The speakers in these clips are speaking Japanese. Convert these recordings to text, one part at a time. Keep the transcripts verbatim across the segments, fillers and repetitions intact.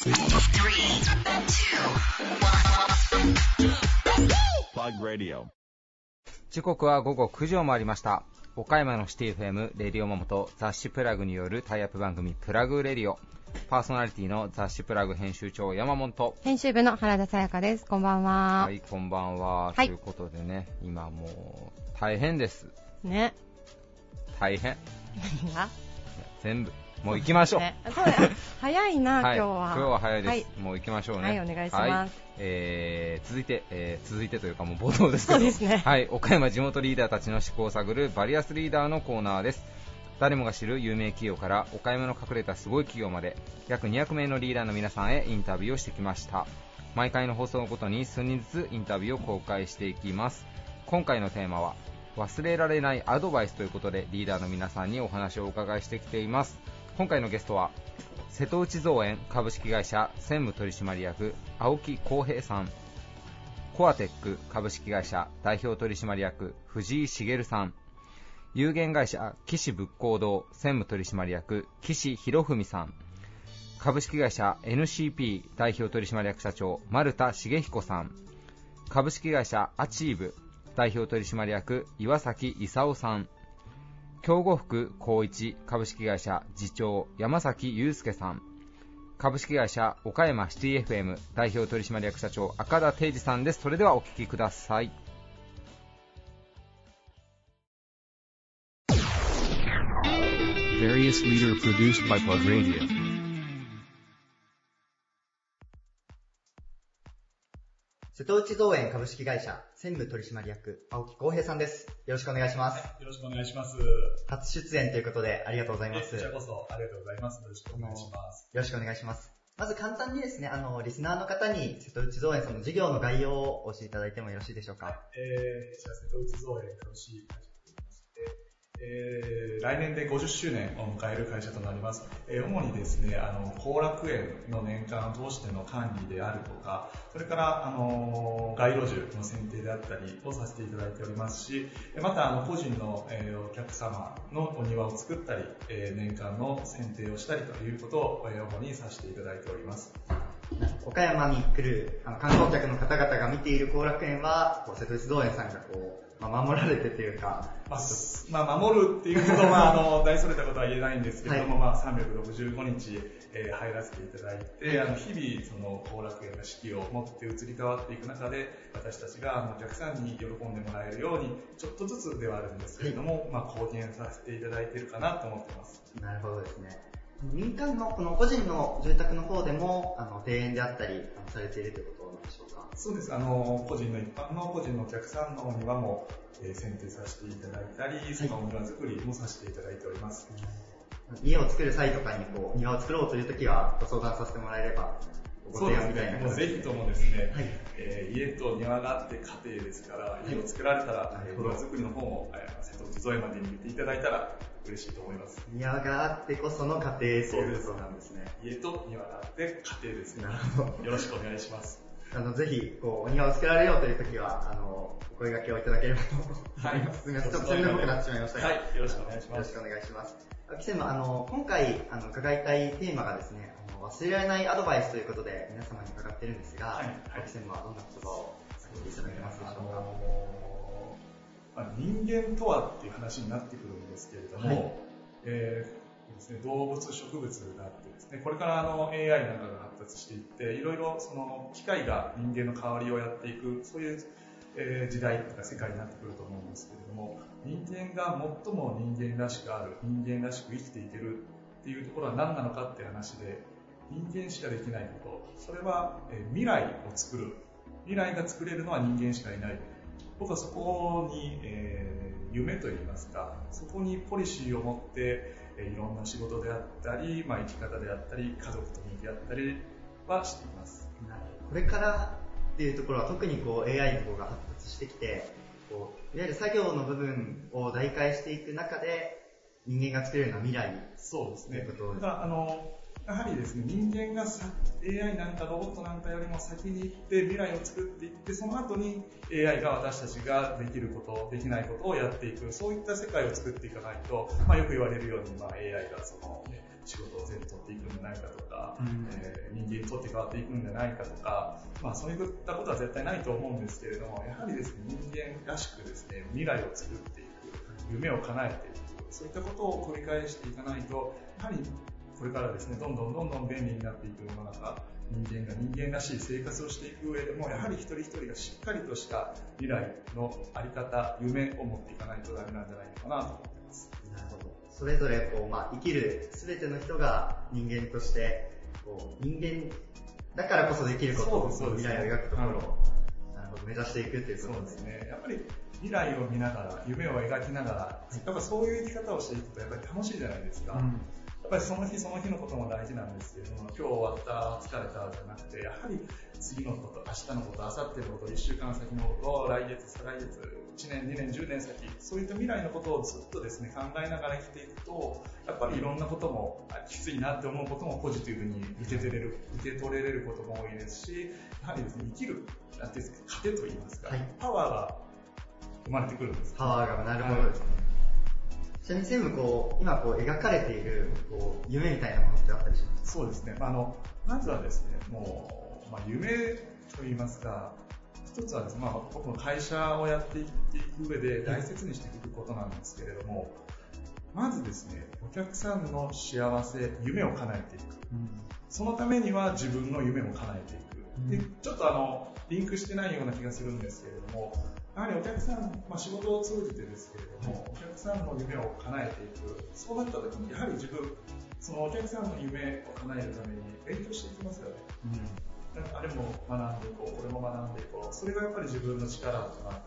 時刻は午後くじを回りました。岡山のシティ エフエム レディオモモと雑誌プラグによるタイアップ番組プラグレディオ、パーソナリティの雑誌プラグ編集長山本と編集部の原田さやかです。こんばんは。 はい、こんばんは、はい、ということでね、今もう大変ですね。 大変何が全部もう行きましょう、ね、 そうだ早いな、はい、今日は今日は早いです、はい、もう行きましょうね。 はい、お願いします、はい、 えー、続いて、えー、続いてというかもう冒頭ですけど、 そうですね、 はい、岡山地元リーダーたちの思考を探るバリアスリーダーのコーナーです。誰もが知る有名企業から岡山の隠れたすごい企業まで約にひゃくめいのリーダーの皆さんへインタビューをしてきました。毎回の放送ごとに数人ずつインタビューを公開していきます。今回のテーマは忘れられないアドバイスということで、リーダーの皆さんにお話をお伺いしてきています。今回のゲストは瀬戸内造園株式会社専務取締役青木康平さん、コアテック株式会社代表取締役藤井茂さん、有限会社岸仏光堂専務取締役岸博文さん、株式会社 エヌシーピー 代表取締役社長丸田茂彦さん、株式会社アチーブ代表取締役岩崎勲さん、京呉服光一株式会社次長山崎祐介さん、株式会社岡山シティ エフエム 代表取締役社長赤田定治さんです。それではお聞きください。 Various leader produced by Plug Radio。 瀬戸内造園株式会社専務取締役青木康平さんです。よろしくお願いします。 はい、よろしくお願いします。 初出演ということでありがとうございます。 こちらこそありがとうございます。よろしくお願いします。 よろしくお願いします。まず簡単にですね、あのリスナーの方に瀬戸内造園さんの事業の概要をお教えていただいてもよろしいでしょうか。はい、 えー、じゃあ瀬戸内造園株式会社えー、来年でごじゅっしゅうねんを迎える会社となります。えー、主にですね、あの後楽園の年間を通しての管理であるとか、それからあの街路樹の剪定であったりをさせていただいておりますし、またあの個人の、えー、お客様のお庭を作ったり、えー、年間の剪定をしたりということを、えー、主にさせていただいております。 岡山に来るあの観光客の方々が見ている後楽園は瀬戸内造園さんがこうまあ、守られてというか、 まあ、まあ、守るっていうと、まあ、あの大それたことは言えないんですけれども、はい、まあ、さんびゃくろくじゅうごにち、えー、入らせていただいて、はい、あの日々その後楽園の四季を持って移り変わっていく中で、私たちがあのお客さんに喜んでもらえるようにちょっとずつではあるんですけれども、はい、まあ、貢献させていただいているかなと思っています。 なるほどですね。民間のこの個人の住宅の方でもあの庭園であったりされているということなんでしょうか。 そうです。あの個人の一般の個人のお客さんのお庭も、えー、剪定させていただいたり、そのお庭作りもさせていただいております。 はい、家を作る際とかにこう庭を作ろうというときはご相談させてもらえればご提案みたいな形で。そうですね。もうぜひともですね、はい、えー、家と庭があって家庭ですから、家を作られたら、はい、庭作りの方も、えー、瀬戸内造園までに言っていただいたら嬉しいと思います。 庭があってこその家庭ということなんですね。 家と庭があって家庭ですね。 なるほど。 よろしくお願いします。 あのぜひこうお庭を作られようというときはあのお声掛けをいただければと思います。すみません、ちょっと宣伝っぽくなってしまいましたが、 はい、よろしくお願いします。 よろしくお願いします。青木専務、あの今回あの伺いたいテーマがですね、あの忘れられないアドバイスということで皆様に伺っているんですが、はい、青木専務はどんな言葉をさせていただけますでしょうか。 あのーまあ、人間とはっていう話になってくるんですけれども、はい、えーですね、動物、植物があってですね、これからあの エーアイ なんかが発達していって、いろいろその機械が人間の代わりをやっていく、そういう、えー、時代とか世界になってくると思うんですけれども、人間が最も人間らしくある、人間らしく生きていけるっていうところは何なのかっていう話で、人間しかできないこと、それは、えー、未来を作る。未来が作れるのは人間しかいない。僕はそこに、えー、夢といいますか、そこにポリシーを持って、いろんな仕事であったり、まあ、生き方であったり、家族と向き合ったりはしています。 これからっていうところは特にこう エーアイ の方が発達してきて、こういわゆる作業の部分を代替していく中で人間が作れるような未来に。 そうですね。 ということです。 だからあのやはりですね、人間がさ エーアイ なんかロボットなんかよりも先に行って未来を作っていって、その後に エーアイ が私たちができること、できないことをやっていく、そういった世界を作っていかないと、まあ、よく言われるように、まあ、エーアイ がその、ね、仕事を全部取っていくんじゃないかとか、うん、えー、人間にとって変わっていくんじゃないかとか、まあそういったことは絶対ないと思うんですけれども、やはりですね、人間らしくですね、未来を作っていく、夢を叶えていく、そういったことを繰り返していかないと、やはりこれからですね、どんどんどんどん便利になっていく世の中、人間が人間らしい生活をしていく上でも、やはり一人一人がしっかりとした未来のあり方、夢を持っていかないとダメなんじゃないのかなと思ってます。 なるほど。それぞれこう、まあ、生きる全ての人が人間としてこう人間だからこそできることを、未来を描くところを、うん、なるほど、目指していくっていうことですね。 そうですね。やっぱり未来を見ながら、夢を描きながら、やっぱそういう生き方をしていくとやっぱり楽しいじゃないですか。うん、やっぱりその日その日のことも大事なんですけれども、今日終わった、疲れたじゃなくて、やはり次のこと、明日のこと、明後日のこと、いっしゅうかん先のこと、来月、再来月、いちねん、にねん、じゅうねん先、そういった未来のことをずっとですね、考えながら生きていくと、やっぱりいろんなことも、きついなって思うこともポジティブに受け取れる、受け取れることも多いですし、やはりですね、生きる、なんていうんですか、糧といいますか、はい、パワーが生まれてくるんです。 パワーが、なるほどですね。ちなみに専務こう、今こう描かれているこう夢みたいなものってあったりしますか？ そうですね。あの、まずはですね、もう、まあ、夢といいますか、一つはですね、まあ、僕の会社をやっていく上で大切にしていくことなんですけれども、まずですね、お客さんの幸せ、夢を叶えていく。うん、そのためには自分の夢も叶えていく。うん、で、ちょっとあの、リンクしてないような気がするんですけれども、やはりお客さん、まあ、仕事を通じてですけれども、お客さんの夢を叶えていく。そうなった時に、やはり自分、そのお客さんの夢を叶えるために勉強していきますよね。うん、あれも学んでいこう、これも学んでいこう。それがやっぱり自分の力となって、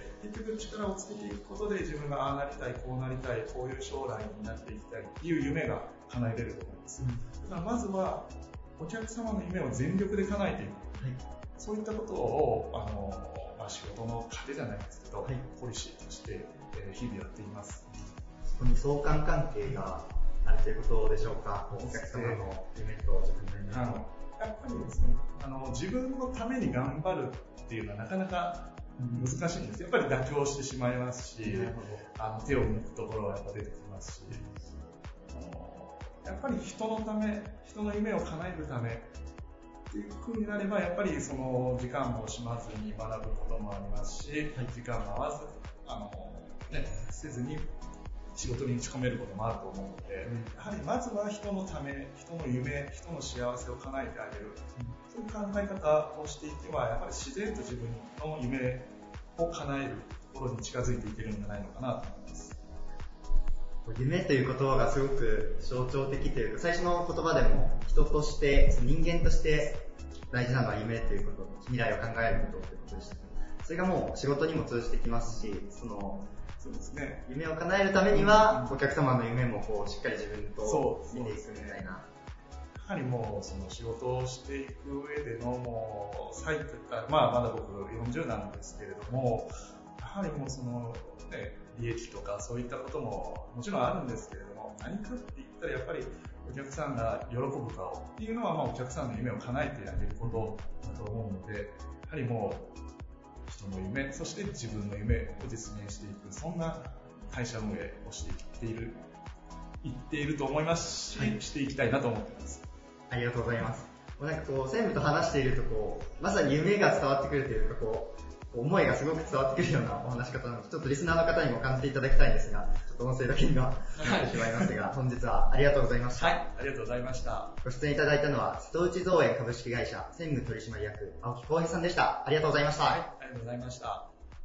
結局力をつけていくことで自分がああなりたい、こうなりたい、こういう将来になっていきたいっていう夢が叶えれると思います。うん、だからまずは、お客様の夢を全力で叶えていく。はい、そういったことを、あの、まあ、仕事の糧じゃないですけど、はい、ポリシーとして、えー、日々やっています。 そこに相関関係があるということでしょうか。お客様の夢と自分の夢と。 やっぱりですね、あの、自分のために頑張るっていうのはなかなか難しいんです。やっぱり妥協してしまいますし、あの手を抜くところはやっぱ出てきますし、あのやっぱり人のため、人の夢を叶えるためっていう風になれば、やっぱりその時間も惜しまずに学ぶこともありますし、はい、時間も合わず、あの、ね、せずに仕事に打ち込めることもあると思うので、うん、やはりまずは人のため、人の夢、人の幸せを叶えてあげる、うん、そういう考え方をしていけば、やはり自然と自分の夢を叶えるところに近づいていけるんじゃないのかなと思います。 夢という言葉がすごく象徴的というか、最初の言葉でも人として、人間として大事なのは夢ということ、未来を考えることということでした。それがもう仕事にも通じてきますし、そのそうですね、 夢を叶えるためには、お客様の夢もこうしっかり自分と見ていくみたいな。やはりもうその仕事をしていく上でのもう最といったまあまだ僕よんじゅうなんですけれども、やはりもうそのね利益とかそういったことももちろんあるんですけれども、何かって言ったらやっぱりお客さんが喜ぶ顔っていうのはまあお客さんの夢を叶えてあげることだと思うので、やはりもう人の夢、そして自分の夢を実現していく、そんな会社運営をしていっている、いっていると思いますし、はい、していきたいなと思っています。 ありがとうございます。なんかこう、専務と話しているとこう、まさに夢が伝わってくるというか、こう、思いがすごく伝わってくるようなお話し方なので、ちょっとリスナーの方にも感じていただきたいんですが、ちょっと音声だけにはなってしまいますが、本日はありがとうございました。 はい、ありがとうございました。 ご出演いただいたのは、瀬戸内造園株式会社専務取締役、青木浩平さんでした。ありがとうございました。 はい、ありがとうございました。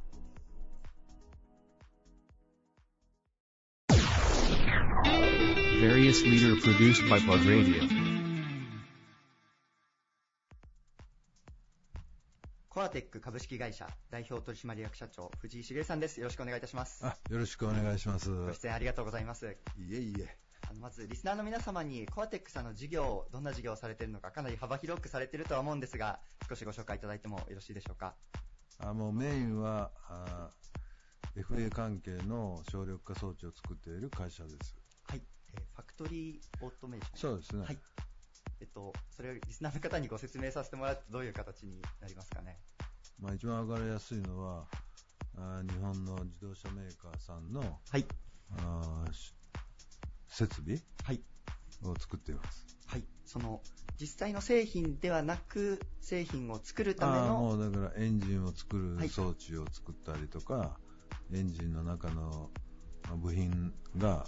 Various Leader produced by Pod Radio。 コアテック株式会社代表取締役社長藤井茂さんです。よろしくお願いいたします。 あ、よろしくお願いします。 ご出演ありがとうございます。 いえいえ。 あのまずリスナーの皆様にコアテックさんの事業、どんな事業をされているのかかなり幅広くされているとは思うんですが、少しご紹介いただいてもよろしいでしょうか。 あもうメインはあ エフエー 関係の省力化装置を作っている会社です。 はい、えー、ファクトリーオートメーション。 そうですね。 はい。えっとそれをリスナーの方にご説明させてもらうとどういう形になりますかね。 まあ一番わかりやすいのはあ日本の自動車メーカーさんの、 はい、 あ設備、 はい、 を作っています。 はい。 その実際の製品ではなく製品を作るための、 あもうだからエンジンを作る装置を作ったりとか、はい、エンジンの中の部品が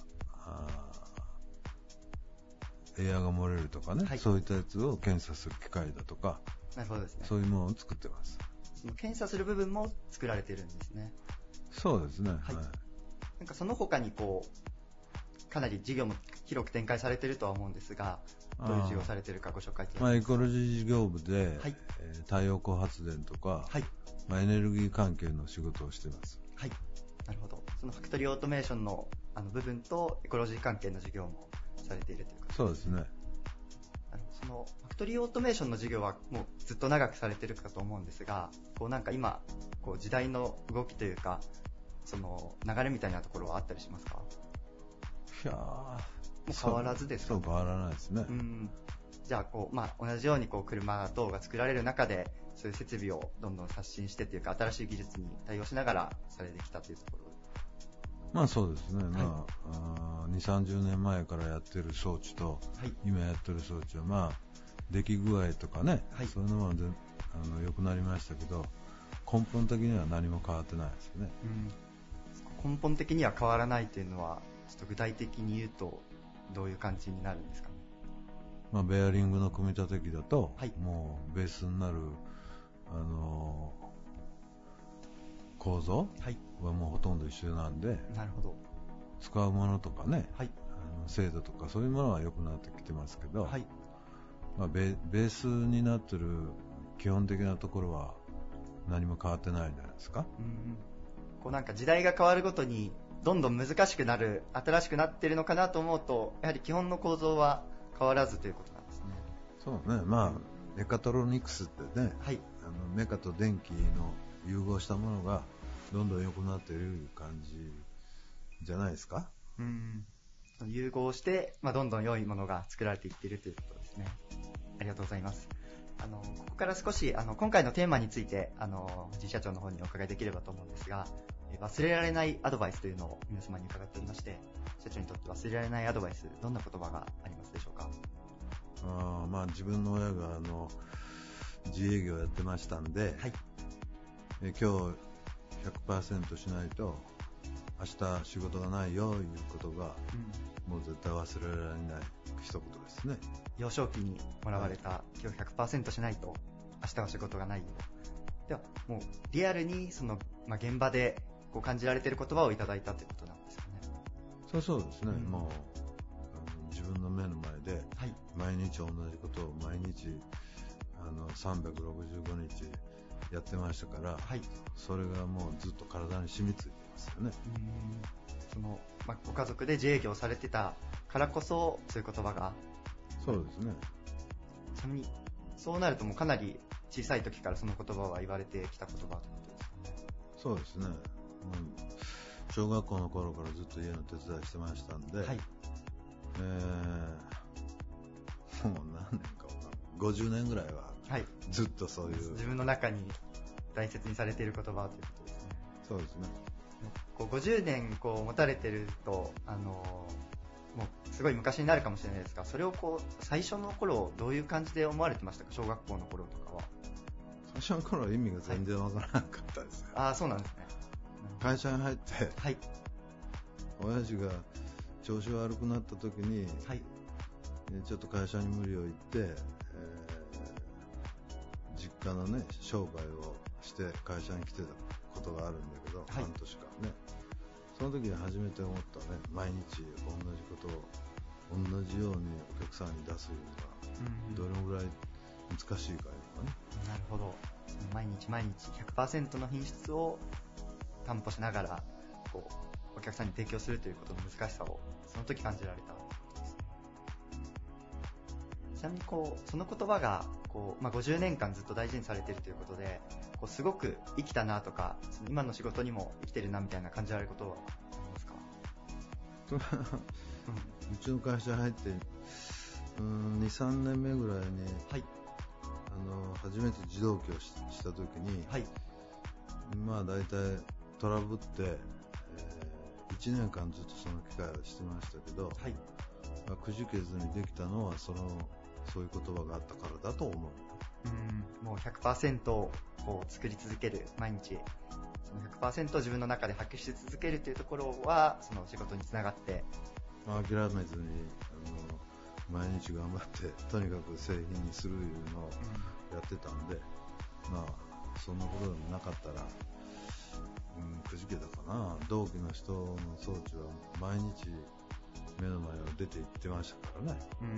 エアが漏れるとかね、はい、そういったやつを検査する機械だとか、 なるほどですね、 そういうものを作ってます。 その検査する部分も作られてるんですね。 そうですね、はい、 なんかその他にこうかなり事業も広く展開されているとは思うんですが、どういう事業をされているかご紹介いただけますか。 まあ、エコロジー事業部で、 はい、 えー、太陽光発電とか、はい、まあ、エネルギー関係の仕事をしています。 はい、なるほど。そのファクトリーオートメーションの、あの部分とエコロジー関係の事業もされているということです。 そうですね。 そのファクトリーオートメーションの事業はもうずっと長くされているかと思うんですが、こうなんか今こう時代の動きというか、その流れみたいなところはあったりしますか。 いやもう変わらずですか。 そう、変わらないですね。 うん、じゃあこう、まあ、同じようにこう車等が作られる中で、そういう設備をどんどん刷新してというか、新しい技術に対応しながらされてきたというところ。 まあそうですね、はい、まあ、あにじゅう、さんじゅうねんまえからやってる装置と、はい、今やってる装置は、まあ、出来具合とかね、はい、そういうのもであの良くなりましたけど、根本的には何も変わってないですよね。 うん、根本的には変わらないというのは、ちょっと具体的に言うと、どういう感じになるんですかね。 まあ、ベアリングの組み立て機だと、 はい、 もうベースになる、あのー、構造はもうほとんど一緒なんで、 なるほど。 使うものとかね、 はい、 あの精度とかそういうものは良くなってきてますけど、 はい、 まあ、ベ, ベースになってる基本的なところは何も変わってないんじゃないですか。 うん、こうなんか時代が変わるごとにどんどん難しくなる、新しくなってるのかなと思うと、やはり基本の構造は変わらずということなんですね。 そうね、まあメカトロニクスってね、 はい、 あのメカと電気の融合したものがどんどん良くなっている感じじゃないですか。 うん、融合して、まあ、どんどん良いものが作られていっているということですね。ありがとうございます。あのここから少しあの今回のテーマについてあの藤井社長の方にお伺いできればと思うんですが、忘れられないアドバイスというのを皆様に伺っておりまして、社長にとって忘れられないアドバイス、どんな言葉がありますでしょうか。 あ、まあ、自分の親があの自営業やってましたんで、はい、え今日 ひゃくパーセント しないと明日仕事がないよということが、うん、もう絶対忘れられない一言ですね。 幼少期にもらわれた、はい、今日 ひゃくパーセント しないと明日は仕事がないよ。ではもうリアルにその、まあ、現場でこう感じられている言葉をいただいたということなんですかね。 そうそうですね、うん、もうあの自分の目の前で、はい、毎日同じことを毎日あのさんびゃくろくじゅうごにちやってましたから、はい、それがもうずっと体に染みついてますよね。 うんその、まあ、ご家族で自営業されてたからこそそういう言葉が。 そうですね。 ちなみにそうなるともうかなり小さい時からその言葉は言われてきた言葉ということですかね。 そうですね、うん、小学校の頃からずっと家の手伝いしてましたんで、はい、えー、もう何年かわかんないごじゅうねんぐらいはずっとそういう、 はい、自分の中に大切にされている言葉ということですね。 そうですね。 こうごじゅうねんこう持たれてると、あのもうすごい昔になるかもしれないですが、それをこう最初の頃どういう感じで思われてましたか。小学校の頃とかは。 最初の頃は意味が全然わからなかったですよ。 はい、ああ、そうなんですね。 会社に入って、 はい、 親父が調子悪くなった時に、はい、ちょっと会社に無理を言って、えー、実家のね商売をして会社に来てたことがあるんだけど、はい、半年間ね。その時に初めて思ったね、毎日同じことを同じようにお客さんに出すのがどれぐらい難しいかいうのかね。 なるほど。毎日毎日 ひゃくパーセント の品質を担保しながらこうお客さんに提供するということの難しさをその時感じられたということですね。ちなみにこうその言葉がこう、まあ、ごじゅうねんかんずっと大事にされているということで、こうすごく生きたなとか、その今の仕事にも生きてるなみたいな感じられることはありますか。 うちの会社入ってうーんに、さんねんめぐらいに、はい、あの初めて自動機を し, した時に、はい、まあ大体トラブって、えー、いちねんかんずっとその機械をしてましたけど、はい、まあ、くじけずにできたのはそのそういう言葉があったからだと思う。 うん、もう ひゃくパーセント をこう作り続ける、毎日その ひゃくパーセント 自分の中で発揮し続けるというところはその仕事につながって、 まあ、諦めずにあの毎日頑張ってとにかく製品にするのをやってたんで、うん、まあそんなことでもなかったら、うん、くじけたかな。同期の人の装置は毎日目の前を出て行ってましたからね。 うん、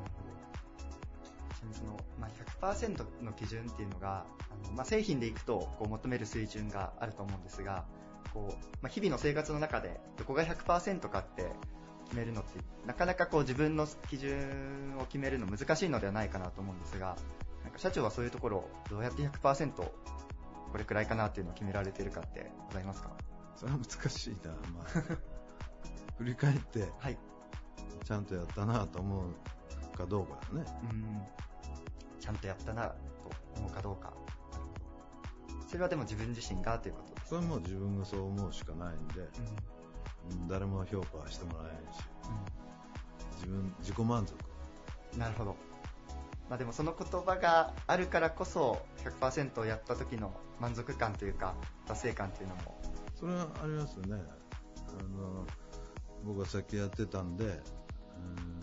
そのまあ、ひゃくパーセント の基準っていうのがあの、まあ、製品でいくとこう求める水準があると思うんですが、こう、まあ、日々の生活の中でどこが ひゃくパーセント かって決めるのってなかなかこう自分の基準を決めるの難しいのではないかなと思うんですが、なんか社長はそういうところをどうやって ひゃくパーセント これくらいかなっていうのを決められているかってございますか？ それは難しいな、まあ、振り返って、はい、ちゃんとやったなと思うかどうかだね。 うん、ちゃんとやったなと思うかどうか。それはでも自分自身がということですね。 それはもう自分がそう思うしかないんで、うん、誰も評価はしてもらえないし、うん、自分自己満足。 なるほど。まあ、でもその言葉があるからこそ ひゃくパーセント をやった時の満足感というか達成感というのもそれはありますよね。あの僕はさっきやってたんで、うん、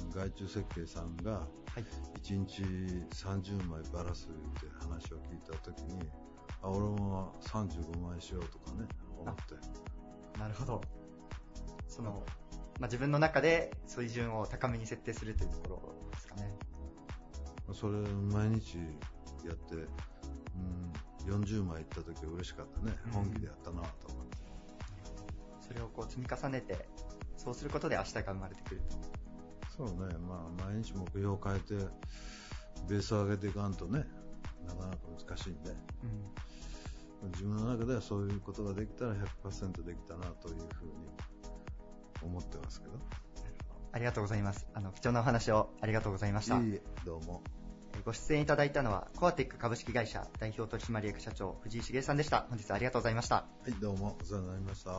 外注設計さんがいちにちさんじゅうまいバラすって話を聞いた時に、あ、俺もさんじゅうごまいしようとかね思って。 なるほど。その、まあ、自分の中で水準を高めに設定するというところですかね。 それ毎日やって、うん、よんじゅうまいいった時は嬉しかったね、うん、本気でやったなと思って。 それをこう積み重ねて、そうすることで明日が生まれてくると。 そうね、まあ毎日目標を変えてベースを上げていかんとね、なかなか難しいんで、うん、自分の中ではそういうことができたら ひゃくパーセント できたなというふうに思ってますけど。 ありがとうございます。あの貴重なお話をありがとうございました。 いいえ、どうも。 ご出演いただいたのはコアテック株式会社代表取締役社長藤井茂さんでした。本日はありがとうございました。はい、どうもお世話になりました。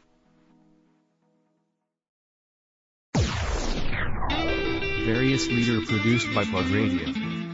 Various leader produced by Plug Radio。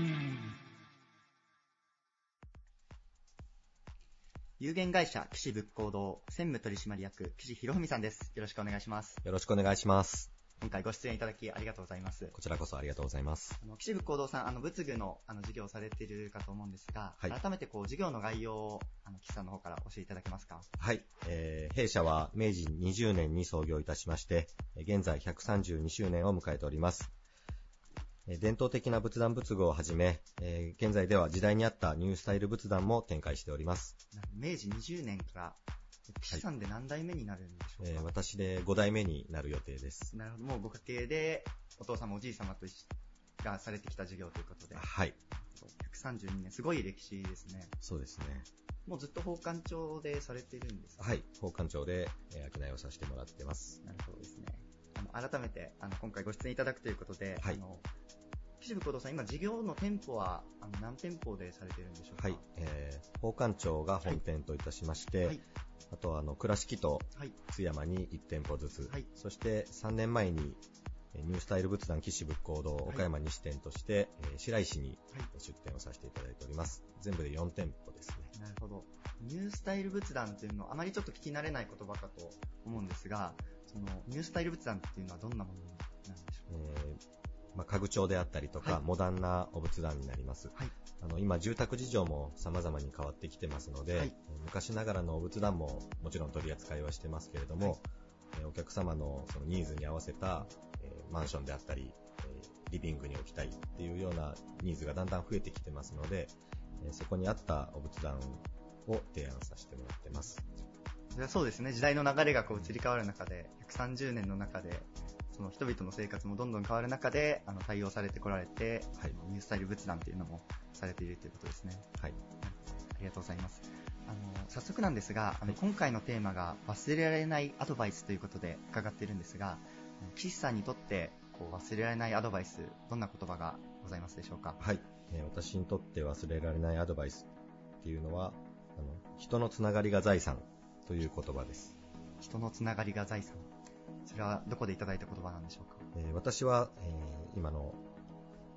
有限会社岸仏光堂専務取締役岸博文さんです。よろしくお願いします。 よろしくお願いします。 今回ご出演いただきありがとうございます。 こちらこそありがとうございます。 あの岸仏光堂さん、あの仏具のあの事業をされているかと思うんですが、はい、改めてこう事業の概要をあの岸さんの方から教えていただけますか？ はい、えー、弊社は明治にじゅうねんに創業いたしまして、現在ひゃくさんじゅうにしゅうねんを迎えております。伝統的な仏壇仏具をはじめ、えー、現在では時代に合ったニュースタイル仏壇も展開しております。 明治にじゅうねんから岸さんで何代目になるんでしょうか？ えー、私でごだいめになる予定です。 なるほど。もうご家庭でお父様おじい様とがされてきた事業ということで。 はい。ひゃくさんじゅうにねん、すごい歴史ですね。 そうですね。 もうずっと宝冠町でされているんですか？ はい。宝冠町で、えー、商いをさせてもらってます。 なるほどですね。あの改めてあの今回ご出演いただくということで、はい、あの岸部幸堂さん、今事業の店舗はあの何店舗でされているんでしょうか？ はい、えー、宝冠町が本店といたしまして、はい、あとはあの倉敷と津山にいち店舗ずつ、はい、そしてさんねんまえにニュースタイル仏壇岸仏光堂岡山に支店として、はい、白石に出店をさせていただいております。全部でよん店舗ですね。 なるほど。ニュースタイル仏壇というのはあまりちょっと聞き慣れない言葉かと思うんですが、そのニュースタイル仏壇っていうのはどんなものなんでしょうか？えーまあ、家具調であったりとか、はい、モダンなお仏壇になります。はい、あの今住宅事情も様々に変わってきてますので、はい、昔ながらのお仏壇ももちろん取り扱いはしてますけれども、はい、えお客様のそのニーズに合わせた、えー、マンションであったり、えー、リビングに置きたいっていうようなニーズがだんだん増えてきてますので、えー、そこに合ったお仏壇を提案させてもらってます。 そうですね。時代の流れがこう移り変わる中で、ひゃくさんじゅうねんの中でその人々の生活もどんどん変わる中であの対応されてこられて、はい、ニュースタイル仏壇というのもされているということですね。はい、ありがとうございます。あの早速なんですが、あの、はい、今回のテーマが忘れられないアドバイスということで伺っているんですが、岸さんにとってこう忘れられないアドバイス、どんな言葉がございますでしょうか？ はい、えー、私にとって忘れられないアドバイスっていうのは、あの人のつながりが財産という言葉です。 人のつながりが財産。それはどこでいただいた言葉なんでしょうか？ えー、私は、えー、今の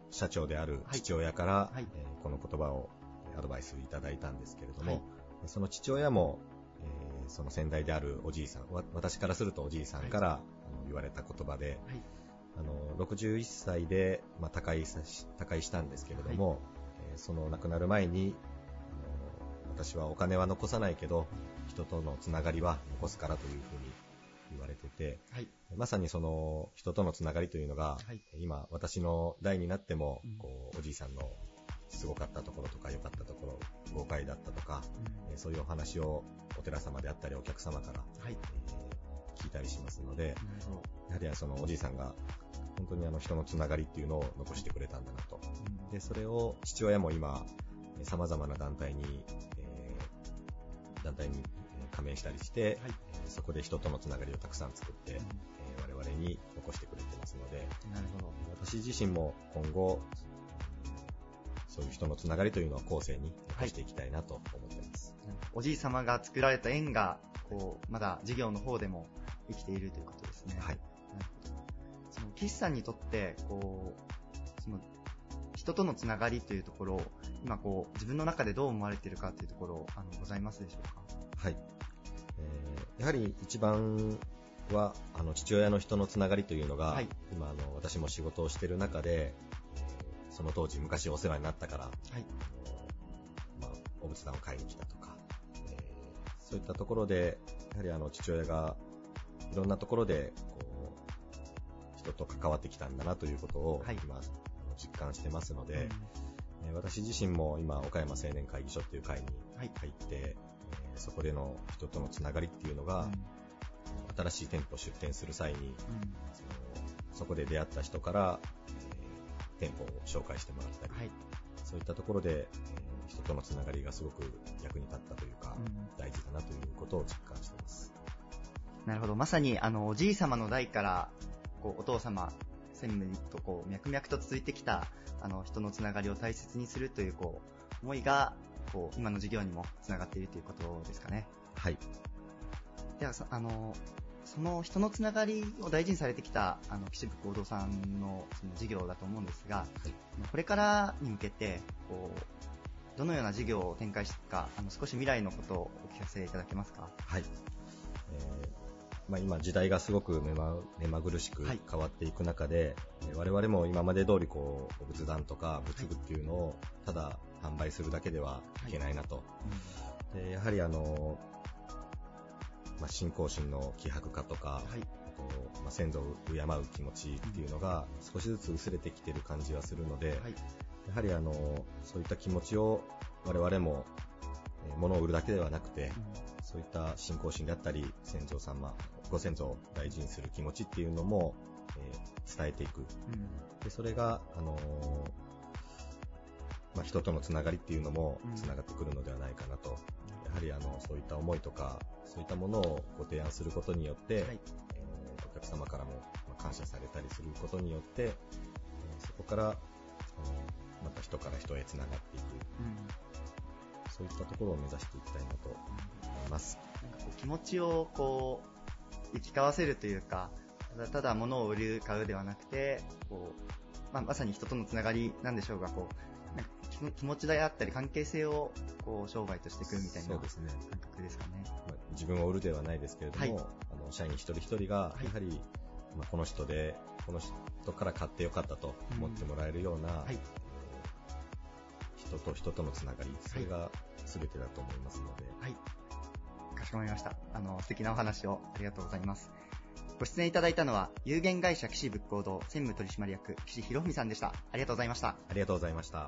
社長である父親から、 はいはい、 えー、この言葉をアドバイスいただいたんですけれども、 はい、 その父親も、えー、その先代であるおじいさん、私からするとおじいさんから、はい、あの言われた言葉で、はい、あのろくじゅういっさいで、まあ、他界さし、他界したんですけれども、はい、えー、その亡くなる前に、あの私はお金は残さないけど人とのつながりは残すからというふうに言われてて、はい、まさにその人とのつながりというのが、はい、今私の代になっても、うん、こうおじいさんのすごかったところとか良かったところ、豪快だったとか、うん、えー、そういうお話をお寺様であったりお客様から、はい、えー、聞いたりしますので、うん、やはりそのおじいさんが本当にあの人のつながりっていうのを残してくれたんだなと、うん、でそれを父親も今様々な団体に、えー、団体に加盟したりして、はい、そこで人とのつながりをたくさん作って、うん、えー、我々に残してくれてますので、なるほど、私自身も今後そういう人のつながりというのを後世に残していきたいなと思っています、 はい、おじい様が作られた縁がこうまだ事業の方でも生きているということですね。はい、なるほど。その岸さんにとってこうその人とのつながりというところを今こう自分の中でどう思われているかというところあのございますでしょうか。 はい、えー、やはり一番はあの父親の人のつながりというのが、はい、今あの私も仕事をしている中で、えー、その当時昔お世話になったから、はい、まあ、お仏壇を買いに来たとか、えー、そういったところでやはりあの父親がいろんなところでこう人と関わってきたんだなということを、はい、今実感してますので、うん、私自身も今岡山青年会議所っていう会に入って、はい、そこでの人とのつながりっていうのが、うん、新しい店舗出店する際に、うん、そのそこで出会った人から、えー、店舗を紹介してもらったり、はい、そういったところで、えー、人とのつながりがすごく役に立ったというか、うん、大事だなということを実感しています。 なるほど。まさにあのおじい様の代からこうお父様専務とこう脈々と続いてきたあの人のつながりを大切にするというこう思いがこう今の事業にもつながっているということですかね。はい。ではあのその人のつながりを大事にされてきたあの岸部行動さんのその事業だと思うんですが、はい、これからに向けてこうどのような事業を展開していくかあの少し未来のことをお聞かせいただけますか。 はい。えーまあ、今時代がすごく目ま、目まぐるしく変わっていく中で、はい、我々も今まで通りこう仏壇とか仏具っていうのをただ販売するだけではいけないなと、はい、でやはりあの、まあ、信仰心の希薄化とか、はい、あとまあ、先祖を敬う気持ちっていうのが少しずつ薄れてきている感じはするので、はい、やはりあのそういった気持ちを我々も物を売るだけではなくて、うん、そういった信仰心であったり先祖様ご先祖を大事にする気持ちっていうのも、えー、伝えていく、うん、でそれが、あのーまあ、人とのつながりっていうのもつながってくるのではないかなと、うん、やはりあのそういった思いとかそういったものをご提案することによって、はい、えー、お客様からも感謝されたりすることによって、えー、そこから、あのまた人から人へつながっていく、うん、そういったところを目指していきたいなと思います。 なんかこう気持ちをこう生き交わせるというか、ただただ物を売る買うではなくて、こう、まあ、まさに人とのつながりなんでしょうが、こうなんか気持ちであったり関係性をこう商売としていくみたいな感覚ですかね。 まあ、自分を売るではないですけれども、はい、あの社員一人一人がやはり、はい、まあ、この人でこの人から買ってよかったと思ってもらえるような、うん、はい、人と人とのつながり、それが全てだと思いますので、はい、 かしこまりました。あの素敵なお話をありがとうございます。ご出演いただいたのは有限会社岸仏光堂専務取締役岸博文さんでした。ありがとうございました。 ありがとうございました。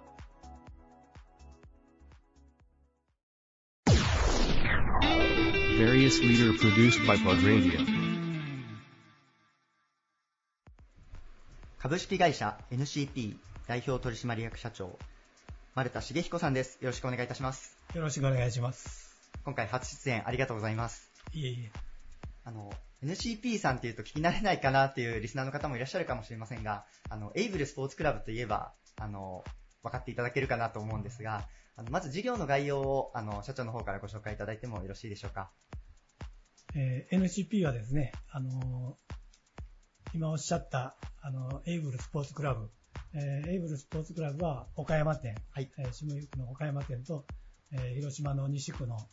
Various leader produced by Pod Radio。 株式会社 エヌシーピー 代表取締役社長丸田茂彦さんです。よろしくお願いいたします。 よろしくお願いします。 今回初出演ありがとうございます。 いえいえ。 あの エヌシーピー さんというと聞き慣れないかなっていうリスナーの方もいらっしゃるかもしれませんが、あのエイブルスポーツクラブといえばあの分かっていただけるかなと思うんですが、あのまず事業の概要をあの社長の方からご紹介いただいてもよろしいでしょうか。 えー、エヌシーピー はですね、あのー、今おっしゃったあのエイブルスポーツクラブえーエイブルスポーツクラブは岡山店、 はいえー下湯区の岡山店と、えー広島の西区のあー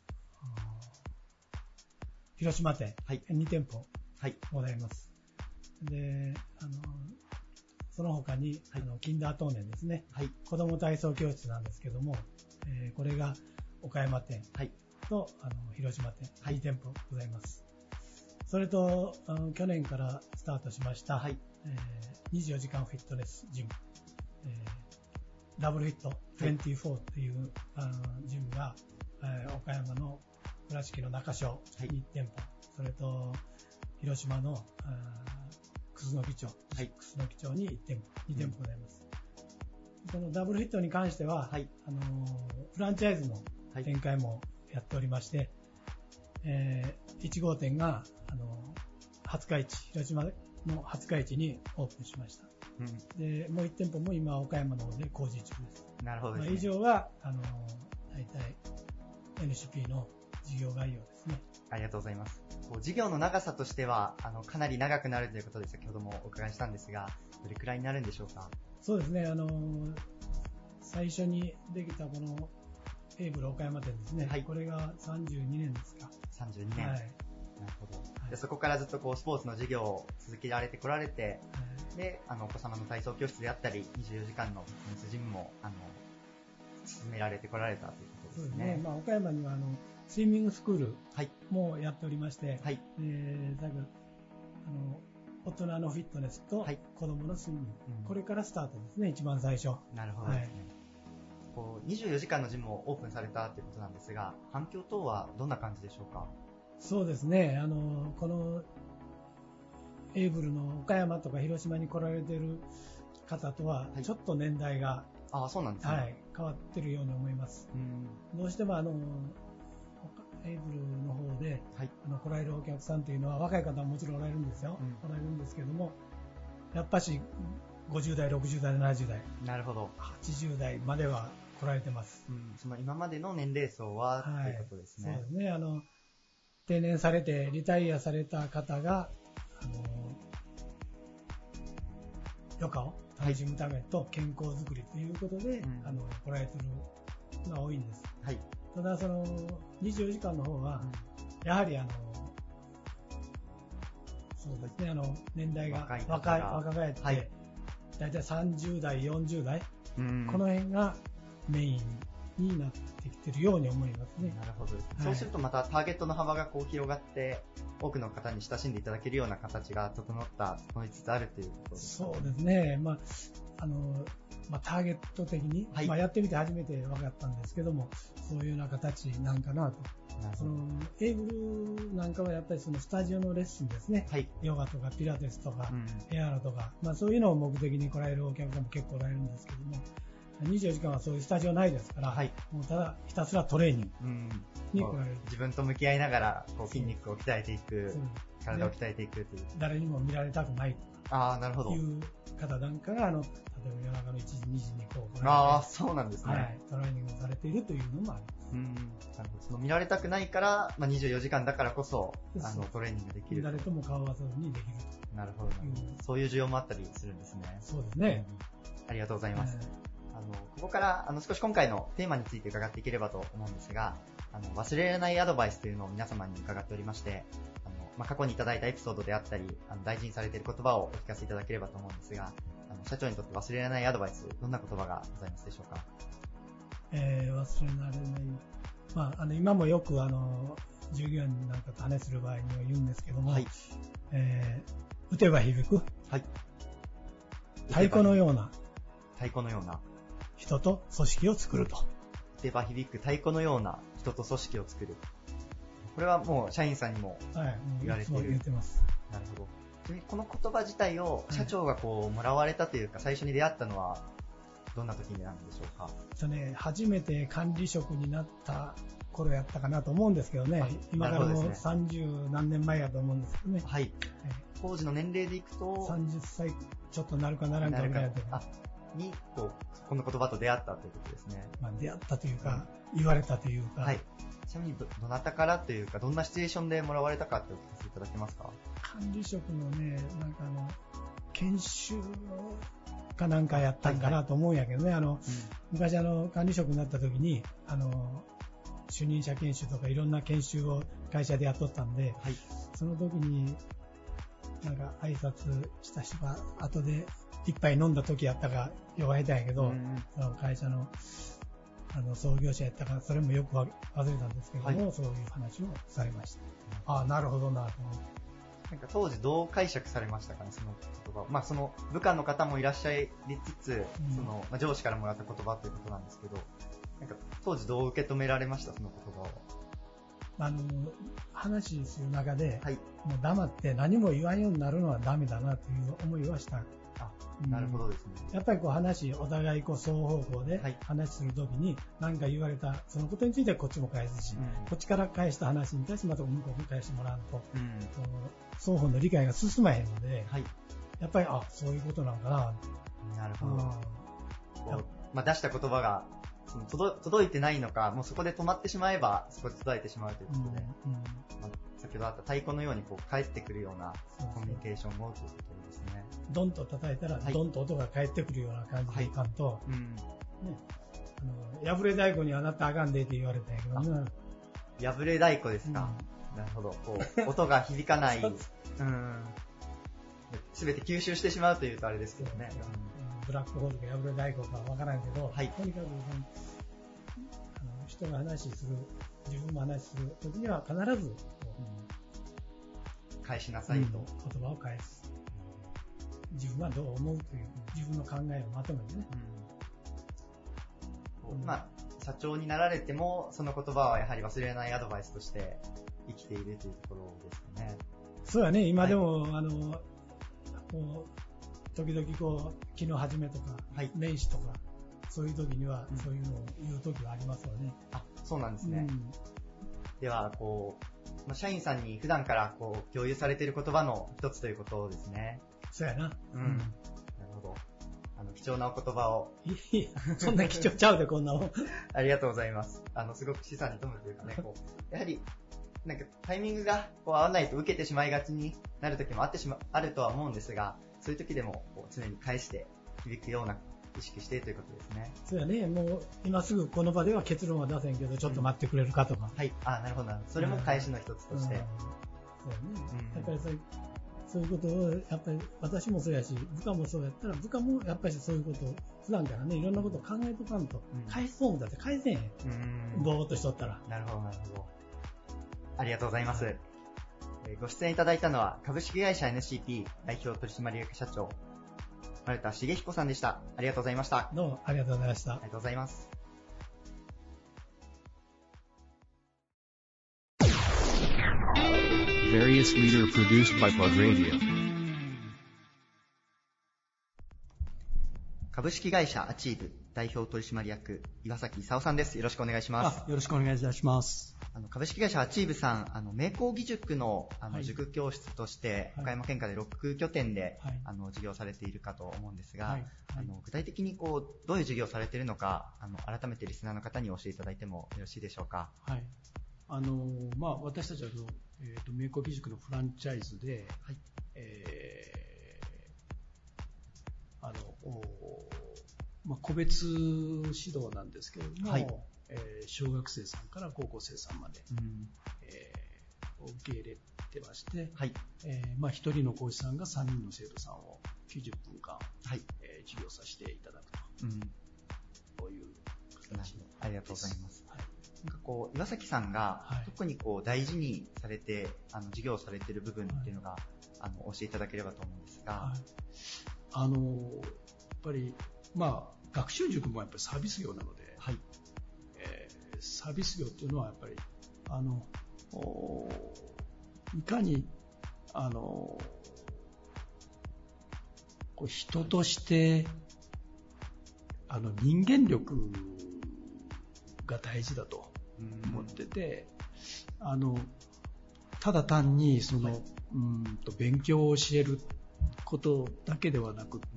広島店、 はいに店舗はい。 ございます。で、あのその他に、 はいあのキンダートーネンですね、 はい。 子ども体操教室なんですけども、えーこれが岡山店はい。 とあの広島店、 はいに店舗ございます。それとあの去年からスタートしました、 はい。 えーにじゅうよじかんフィットネスジム、えーダブルヒットにじゅうよんっていう、あのジムが、えー岡山の倉敷の中小に店舗、それと広島のあー楠木町、 はい楠木町にいち店舗、に店舗ございます。そのダブルヒットに関しては、 はい。 あのーフランチャイズのはい。 展開もやっておりまして、えーいち号店が、あのー廿日市、広島の廿日市にオープンしました。 うん。 で、もういち店舗も今、岡山の方で工事中です。まあ、 なるほどですね。 以上が、あのー大体 エヌシーピー の事業概要ですね。 ありがとうございます。こう事業の長さとしては、あの、かなり長くなるということで先ほどもお伺いしたんですが、どれくらいになるんでしょうか？ そうですね、あのー最初にできたこのエイブル岡山店ですね。 はいこれがさんじゅうにねんですか。 さんじゅうにねん。 はい。 なるほど。でそこからずっとこうスポーツの授業を続けられてこられて、で、あの、お子様の体操教室であったり、にじゅうよじかんのフィットネスジムも、あの、進められてこられたということそうですすね。 でね。 まあ、岡山にはあのスイミングスクールはい。 もやっておりまして、 はい。 えーだからあの大人のフィットネスとはい子供のスイミング、 うんこれからスタートですね、一番最初。 なるほどですね。こう、にじゅうよじかんのジムをオープンされたということなんですが、反響等はどんな感じでしょうか？ そうですね、あのこのエイブルの岡山とか広島に来られてる方とははいちょっと年代が、 ああ、そうなんですね。 はい、変わってるように思います。 うん。 どうしてもあのエイブルの方ではい。 あの来られるお客さんというのは若い方ももちろんおられるんですよ、 うんおられるんですけども、やっぱしごじゅう代、ろくじゅう代、ななじゅう代、 なるほど。 はちじゅう代までは来られてます。 うん。その今までの年齢層は、 はいということですねそうで。すね。あの定年されてリタイアされた方があの余暇を楽しむためと健康づくりということで、 うんあの来られてるのが多いんです。 はい。 ただそのにじゅうよじかんの方は、やはりあのそうですね、あの年代が若い方が若い若返って、 はいだいたいさんじゅう代、よんじゅう代、 うんこの辺がメインになってきてるように思いますね。 なるほどですね。 はいそうするとまたターゲットの幅がこう広がって、多くの方に親しんでいただけるような形が整った、整いつつあるということですか？ そうですね、まああのまあ、ターゲット的に、 はいまあ、やってみて初めて分かったんですけども、そういうような形なんかなと。そなるほど。 のエイブルなんかはやっぱりそのスタジオのレッスンですね、 はい。 ヨガとかピラティスとか、 うん。 エアロとか、まあ、そういうのを目的に来られるお客さんも結構おられるんですけども、にじゅうよじかんはそういうスタジオないですから、 はいもうただひたすらトレーニングうん。 に来られる。 自分と向き合いながら、こう筋肉を鍛えていくそう、 体を鍛えていくという。 誰にも見られたくないああ、なるほど。 という方なんかが、あの例えば夜中のいちじ、にじにこう来ああ、 られて、 そうなんですね。 はい、トレーニングをされているというのもあります。 うん。なるほど。その見られたくないから、まあ、にじゅうよじかんだからこそ、あの、トレーニングできる。 誰とも顔合わせずにできるなるほど、なるほど。そういう需要もあったりするんですね。 と。そうですね。 うんありがとうございます。 えあの、ここから、あの、少し今回のテーマについて伺っていければと思うんですが、あの、忘れられないアドバイスというのを皆様に伺っておりまして、あの、まあ、過去にいただいたエピソードであったり、あの、大事にされている言葉をお聞かせいただければと思うんですが、あの、社長にとって忘れられないアドバイス、どんな言葉がございますでしょうか？ えー忘れられない。まあ、あの、今もよく、あの、従業員なんかと話する場合には言うんですけども、 はい。 えー打てば響く、 はい。 太鼓のような太鼓のような、 人と組織を作ると。 打てば響く太鼓のような人と組織を作る。これはもう社員さんにも、 はい、もう言われているいつも言ってます。 なるほど。ちなみにこの言葉自体を社長がこう、もらわれたというか、最初に出会ったのは、どんな時になんでしょうか？ とね、初めて管理職になった頃やったかなと思うんですけどね、 あ今からもうなるほどですねさんじゅう何年前やと思うんですけどね、 はい。 え当時の年齢でいくと、 さんじゅっさいちょっとなるかならんかぐらいやと、 あ、に、こう、この言葉と出会ったということですね。 まあ、出会ったというか、言われたというか、 はい。ちなみにど、どなたからというか、どんなシチュエーションでもらわれたかってお聞かせいただけますか？ 管理職のね、なんかあの、研修かなんかやったんかなと思うんやけどね、あの、うん、昔あの管理職になった時にあの主任者研修とかいろんな研修を会社でやっとったんで、はい、その時になんか挨拶した人が後で一杯飲んだ時やったかよく覚えたんやけど、うん、その会社のあの創業者やったからそれもよく忘れたんですけども、はい、そういう話をされました。ああ、なるほどなと思って。 なんか当時どう解釈されましたかね、その言葉を。まあその部下の方もいらっしゃりつつ、うん、そのまあ、上司からもらった言葉ということなんですけど、なんか当時どう受け止められました、その言葉を。 あの話する中で、はい、もう黙って何も言わんようになるのはダメだなという思いはした。 あ、なるほどですね。 やっぱりこう話、お互いこう双方向で話するときに何か言われた、そのことについてはこっちも返すし、うん、こっちから返した話に対してまた向こうに返してもらうと、うん、双方の理解が進まへんので、はい、やっぱりあ、そういうことなんかな。 なるほど。こうまあ、出した言葉がその 届, 届いてないのか、もうそこで止まってしまえばそこで届いてしまうということで、うんうんまあ、先ほどあった太鼓のようにこう返ってくるようなコミュニケーションをということですね。 ドンと叩いたら、はい、ドンと音が返ってくるような感じでいかんと、はいうんね、あの破れ太鼓にはなったらあかんでって言われたんやけどね。 破れ太鼓ですか、うん、なるほど。こう音が響かないすべて吸収してしまうというとあれですけどね、 うん、ブラックホールか破れ太鼓かわからんけど、はい、とにかくあの人が話する、自分も話するときには必ず、うん、 返しなさいと、うん、 言葉を返す。自分はどう思うという自分の考えをまとめてね、 うんまあ、社長になられてもその言葉はやはり忘れないアドバイスとして生きているというところですかね。 そうやね、今でも、はい、あのこう時々こう昨日始めとか、はい、年始とかそういう時には、うん、そういうのを言う時はありますよね。 あ、そうなんですね、うん、ではこう社員さんに普段からこう共有されている言葉の一つということですね。 そうやな。 うん。なるほど。あの、貴重なお言葉を。 いや、そんな貴重ちゃうで、こんなもん。 ありがとうございます。あの、すごく資産に富むというかね、こう、やはり、なんかタイミングがこう合わないと受けてしまいがちになる時もあってしま、あるとは思うんですが、そういう時でもこう常に返して響くような意識してということですね。 そうやね、もう今すぐこの場では結論は出せんけど、ちょっと待ってくれるかとか。 うん、はい。あ、なるほどなるほど。それも返しの一つとして。うんうん、 そうやね。やっぱりそういうそういうことを、やっぱり私もそうやし、部下もそうやったら、部下もやっぱりそういうことを、普段からね、いろんなことを考えとかんと、うん、返すもんだって返せへん。うん。ぼーっとしとったら。 なるほど、なるほど。ありがとうございます。はい、えー、ご出演いただいたのは、株式会社 エヌシーピー 代表取締役社長、丸田茂彦さんでした。ありがとうございました。 どうもありがとうございました。 ありがとうございます。 Various leader produced by Pod Radio. 株式会社アチーブ代表取締役岩崎勲さんです。よろしくお願いします。 あ、よろしくお願いいたします。 あの株式会社アチーブさん、あの名工義塾のあの、はい、塾教室として、はい、岡山県下でろく拠点で、はい、あの授業されているかと思うんですが、はいはい、あの具体的にこうどういう授業をされているのか、あの改めてリスナーの方に教えていただいてもよろしいでしょうか。 はい。あのまあ、私たちはあの、えーと、名工義塾のフランチャイズで、はいえーあのまあ、個別指導なんですけれども、はいえー、小学生さんから高校生さんまで、うんえー、受け入れてまして、はいえーまあ、ひとりの講師さんがさんにんの生徒さんをきゅうじゅっぷんかん、はいえー、授業させていただくと、うん、こういう形のありがとうございます。はいなんかこう岩崎さんが特にこう大事にされて、はい、あの授業をされている部分っていうのが、はい、あの教えていただければと思うんですが、はい、 あのやっぱりまあ学習塾もやっぱりサービス業なので、はいえー、サービス業っていうのはやっぱりあのいかにあのこう人としてあの人間力が大事だと思ってて、あのただ単にその、はい、うんと勉強を教えることだけではなくって、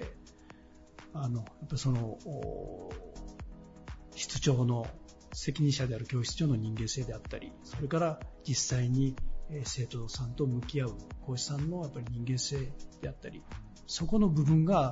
うん、あのやっぱその室長の責任者である教室長の人間性であったり、それから実際に生徒さんと向き合う講師さんのやっぱり人間性であったり、そこの部分が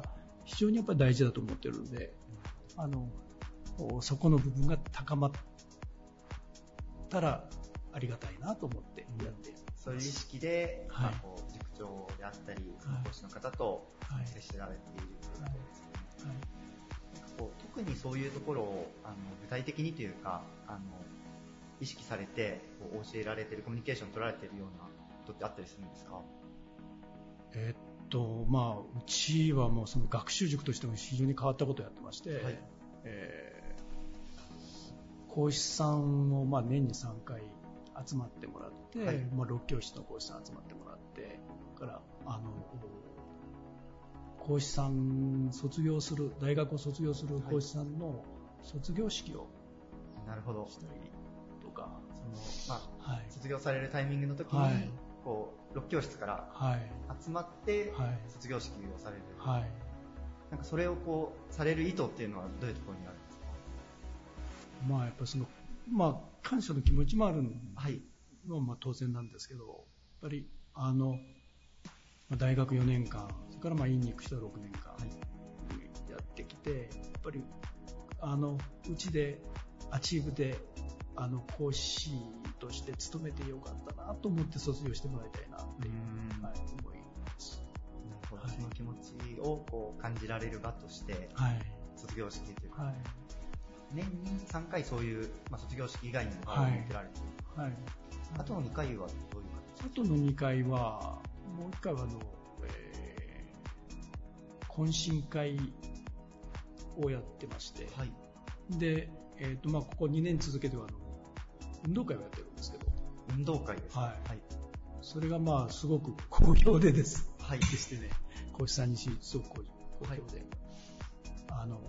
非常にやっぱり大事だと思ってるんで、あのそこの部分が高まったらありがたいなと思ってやっています。 そういう意識で、 はい、 まあ、こう塾長であったり、その講師の方と接しられているということですね。はいはい、こう特にそういうところをあの具体的にというか、あの意識されてこう教えられている、コミュニケーションを取られているようなことってあったりするんですか？ えっとまあ、うちはもうその学習塾としても非常に変わったことをやってまして、はい、えー、講師さんをまあ年にさんかい集まってもらって、はい、まあ、ろく教室の講師さん集まってもらって、からあの講師さん卒業する大学を卒業する講師さんの卒業式をしたりとか、 その、まあ、はい、卒業されるタイミングの時に、はい、こうろく教室から集まって卒業式をされる、はいはい、なんかそれをこうされる意図っていうのはどういうところにあるんですか？ まあやっぱりその、まあ、感謝の気持ちもあるのはまあ当然なんですけど、やっぱりあの大学よねんかん、それからまあ院に行く人はろくねんかんやってきて、やっぱりあのうちでアチーブであの講師として勤めてよかったなと思って卒業してもらいたいなっていう、はい、思います。 なるほど、はい、その気持ちをこう感じられる場として、はい、卒業式というか、はい、年にさんかいそういう、まあ、卒業式以外にも場を設けられている、はいはい、あとのにかいはどういう形？ あとのにかいはもういっかいはあの、えー、懇親会をやってまして、はい、で、えーとまあ、ここにねん続けてはあの運動会をやってるんですけど、 運動会です、 はいはい、それがまあすごく好評でです、 はい、 でしてね、講師さんにすごく好評で、はい、あの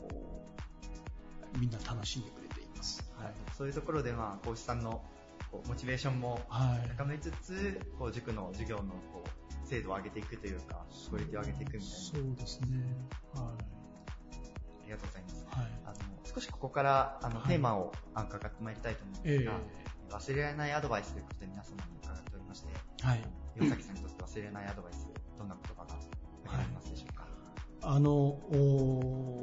みんな楽しんでくれています、 はい、そういうところで、まあ、講師さんのこうモチベーションも高めつつ、はい、こう塾の授業のこう精度を上げていくというか、クオリティを上げていくみたいな。 そうですね、はい、 ありがとうございます。はい、あの少しここからあの、はい、テーマを伺ってまいりたいと思うんですが、えー、忘れられないアドバイスということで皆様に伺っておりまして、はい、岩崎さんにとって忘れられないアドバイス、どんな言葉がありますでしょうか？ はい、あのお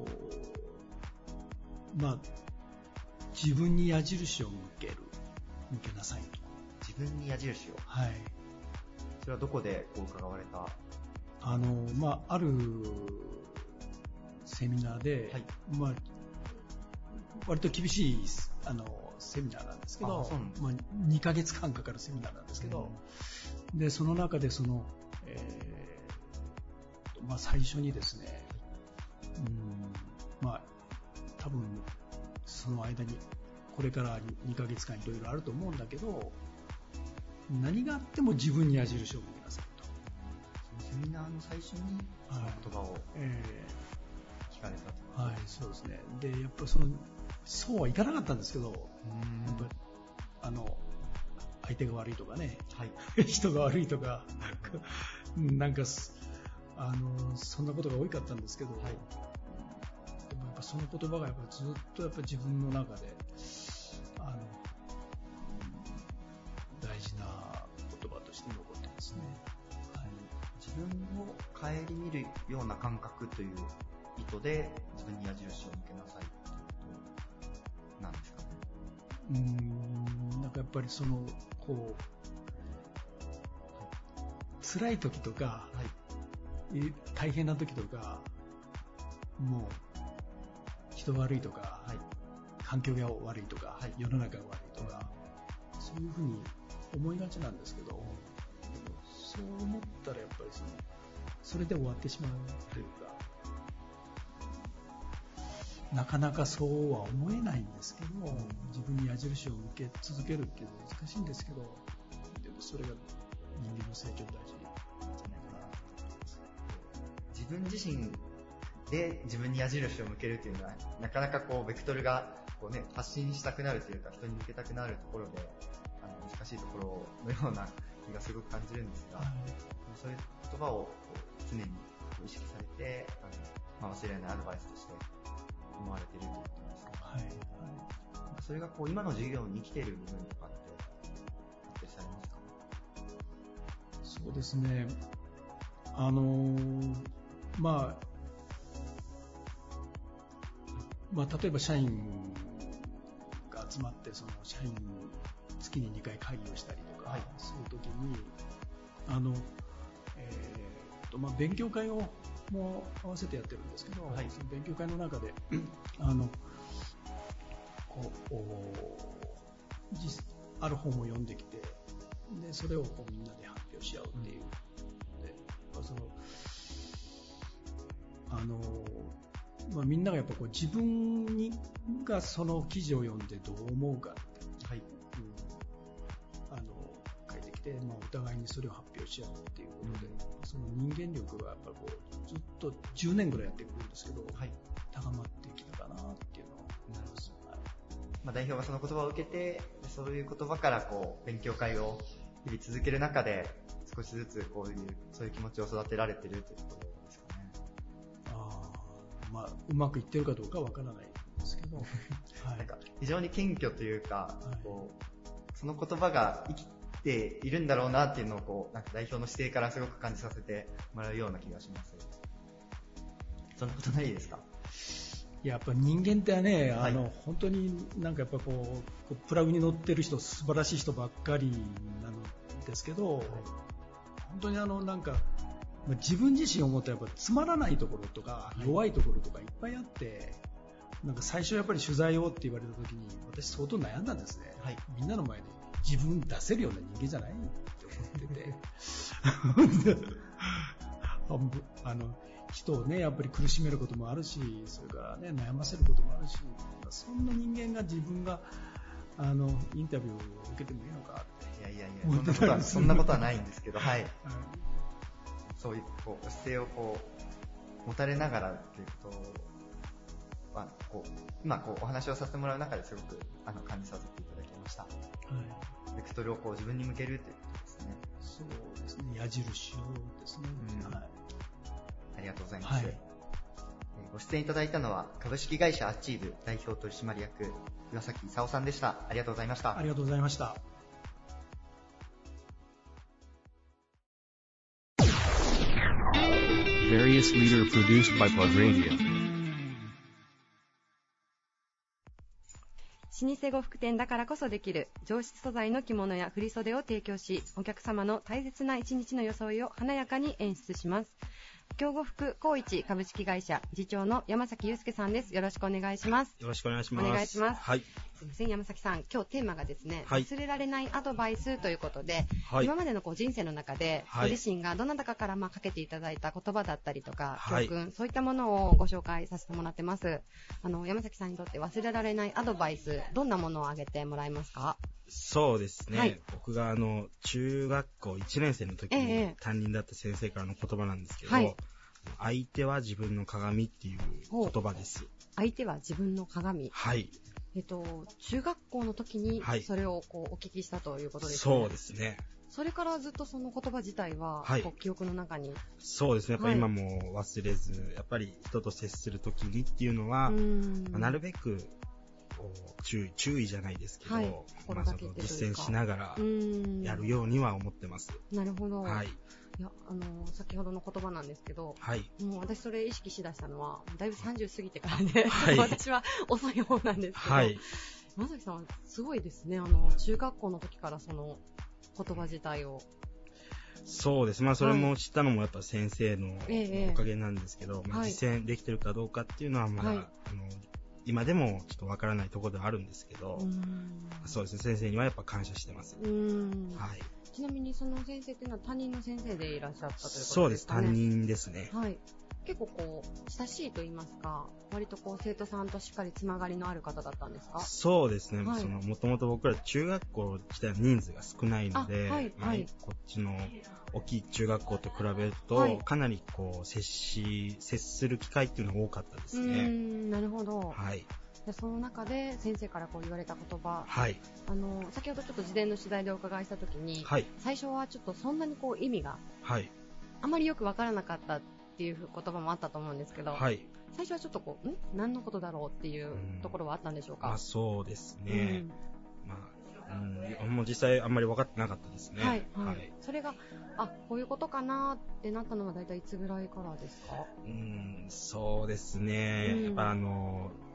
まあ、自分に矢印を向ける向けなさいと。 自分に矢印を、はい、それはどこでこう伺われた？ あの、まあ、あるセミナーで、はい、まあ、割と厳しいあのセミナーなんですけど、あ、まあ、にかげつかんかかるセミナーなんですけど、うん、でその中でその、えーまあ、最初にですね、うん、まあ多分その間にこれからにかげつかんいろいろあると思うんだけど、何があっても自分に矢印を向けなさいと。 そのセミナーの最初にその言葉を聞かれたと、 はい、はい、そうですね。でやっぱりそのそうはいかなかったんですけど、やっぱあの相手が悪いとかね、はい、人が悪いとかなんかあのそんなことが多かったんですけど、はい、でもやっぱその言葉がやっぱずっとやっぱ自分の中であの大事な言葉として残ってますね。 はい、自分を顧みるような感覚という意図で自分に矢印を向けなさいということなんですかね。 うーん、なんかやっぱりそのこう辛い時とか、はい、大変な時とか、もう人が悪いとか、はい、環境が悪いとか、はい、世の中が悪いとか、そういうふうに思いがちなんですけど、でもそう思ったらやっぱりそのそれで終わってしまうというか、なかなかそうは思えないんですけど、自分に矢印を向け続けるっていうのは難しいんですけど、でもそれが人間の成長大事なんじゃないかなと思います。 自分自身で自分に矢印を向けるというのはなかなかこうベクトルがこう、ね、発信したくなるというか、人に向けたくなるところであの難しいところのような気がすごく感じるんですが、はい、そういう言葉を常に意識されてあの、まあ、忘れられないアドバイスとして思われているということですか。はいはい、それがこう今の授業に生きている部分とかってあったりされますか？ そうですね、あのー、まあまあ、例えば社員が集まってその社員月ににかい会議をしたりとかするときに、あの、えーとまあ、勉強会をも合わせてやってるんですけど、はい、その勉強会の中であのこう実ある本を読んできて、でそれをこうみんなで発表し合うっていう、うん、でそのあの、まあ、みんながやっぱこう自分にがその記事を読んでどう思うかって、はい、うん、あの書いてきて、まあ、お互いにそれを発表し合うっていうことで、うん、その人間力がやっぱりこうずっとじゅうねんぐらいやってくるんですけど、はい、高まってきたかなっていうのを思います。はい、 まあ、代表がその言葉を受けて、そういう言葉からこう勉強会を日々続ける中で少しずつこういうそういう気持ちを育てられているということですかね。 あ、まあ、うまくいってるかどうかわからないんですけど、はい、 なんか非常に謙虚というか、はい、こうその言葉が生きているんだろうなっていうのをこうなんか代表の姿勢からすごく感じさせてもらうような気がします。そんなことないですか？ やっぱ人間ってね、あの、はい、本当になんかやっぱこうプラグに乗ってる人素晴らしい人ばっかりなんですけど、はい、本当にあのなんか自分自身を思ったらやっぱつまらないところとか弱いところとかいっぱいあって、なんか最初やっぱり取材をって言われた時に私相当悩んだんですね。はい、みんなの前で自分出せるような人間じゃないって思っててあの人をねやっぱり苦しめることもあるし、それからね悩ませることもあるし、そんな人間が自分があのインタビューを受けてもいいのかって。 いやいやいや、そんなことはそんなことはないんですけど、はい。はい、そういうこう姿勢をこう持たれながらっていうことはこう今こうお話をさせてもらう中ですごくあの感じさせていただきました。はい。ベクトルをこう自分に向けるということですね。 そうですね。矢印をですね。うん、はい。 ありがとうございます。はい、ご出演いただいたのは株式会社アッチーブ代表取締役岩崎功さんでした。ありがとうございました。 ありがとうございました。 Various leader produced by Plug Radio。 老舗呉服店だからこそできる上質素材の着物や振袖を提供し、お客様の大切な一日の装いを華やかに演出します。京呉服光一株式会社次長の山崎祐介さんです。よろしくお願いします。 よろしくお願いします。 お願いします。 はい。 すみません、山崎さん、今日テーマがですね、 はい、 忘れられないアドバイスということで、 はい、 今までのこう人生の中で、はい、ご自身がどなたかからまあかけていただいた言葉だったりとか、はい、教訓、そういったものをご紹介させてもらってます。あの山崎さんにとって忘れられないアドバイス、どんなものを挙げてもらえますか？ そうですね、 はい、 僕があの中学校いちねん生の時に担任だった先生からの言葉なんですけど、はい、相手は自分の鏡っていう言葉です。 相手は自分の鏡。 はい。 えっと、中学校の時にそれをこうお聞きしたということですね。そうですね。 それからずっとその言葉自体は、 はい、 こう記憶の中に。 そうですね。やっぱり今も忘れず、はい、やっぱり人と接する時にっていうのは、まあ、なるべく注意、注意じゃないですけど、はい、まあ、その実践しながらやるようには思ってます。 なるほど。 はい。 いや、あのー、先ほどの言葉なんですけど、 はい、 もう私それ意識しだしたのは、だいぶさんじゅう過ぎてからで、はい、私は遅い方なんですけど、はい、山崎さんはすごいですね、あの、中学校の時からその言葉自体を。 そうです。まあそれも知ったのもやっぱ先生のおかげなんですけど、ええまあ、実践できてるかどうかっていうのはまだ、はい、あの今でもちょっとわからないところではあるんですけど、そうですね、先生にはやっぱ感謝してます。 うんはい。 ちなみにその先生っていうのは担任の先生でいらっしゃったということですかね。 そうです、担任ですね。 はい。結構こう親しいと言いますか、割とこう生徒さんとしっかりつながりのある方だったんですか？ そうですね。はい、そのもともと僕ら中学校自体の人数が少ないので、 はいはい、 こっちの大きい中学校と比べると、はい、かなりこう接し接する機会っていうのが多かったですね。 うーん、なるほど。 はい。 でその中で先生からこう言われた言葉、 はい、 あの先ほどちょっと事前の取材でお伺いしたときに、はい、最初はちょっとそんなにこう意味が、 はい、 あまりよくわからなかったっていう言葉もあったと思うんですけど、 はい、 最初はちょっとこう、ん何のことだろうっていうところはあったんでしょうか？ うん、あそうですね。うん、まあ、うん、もう実際あんまり分かってなかったですね。 はい、はいはい、それが、あ、こういうことかなってなったのは大体いつぐらいからですか？ うん、そうですね。うん、やっぱあの、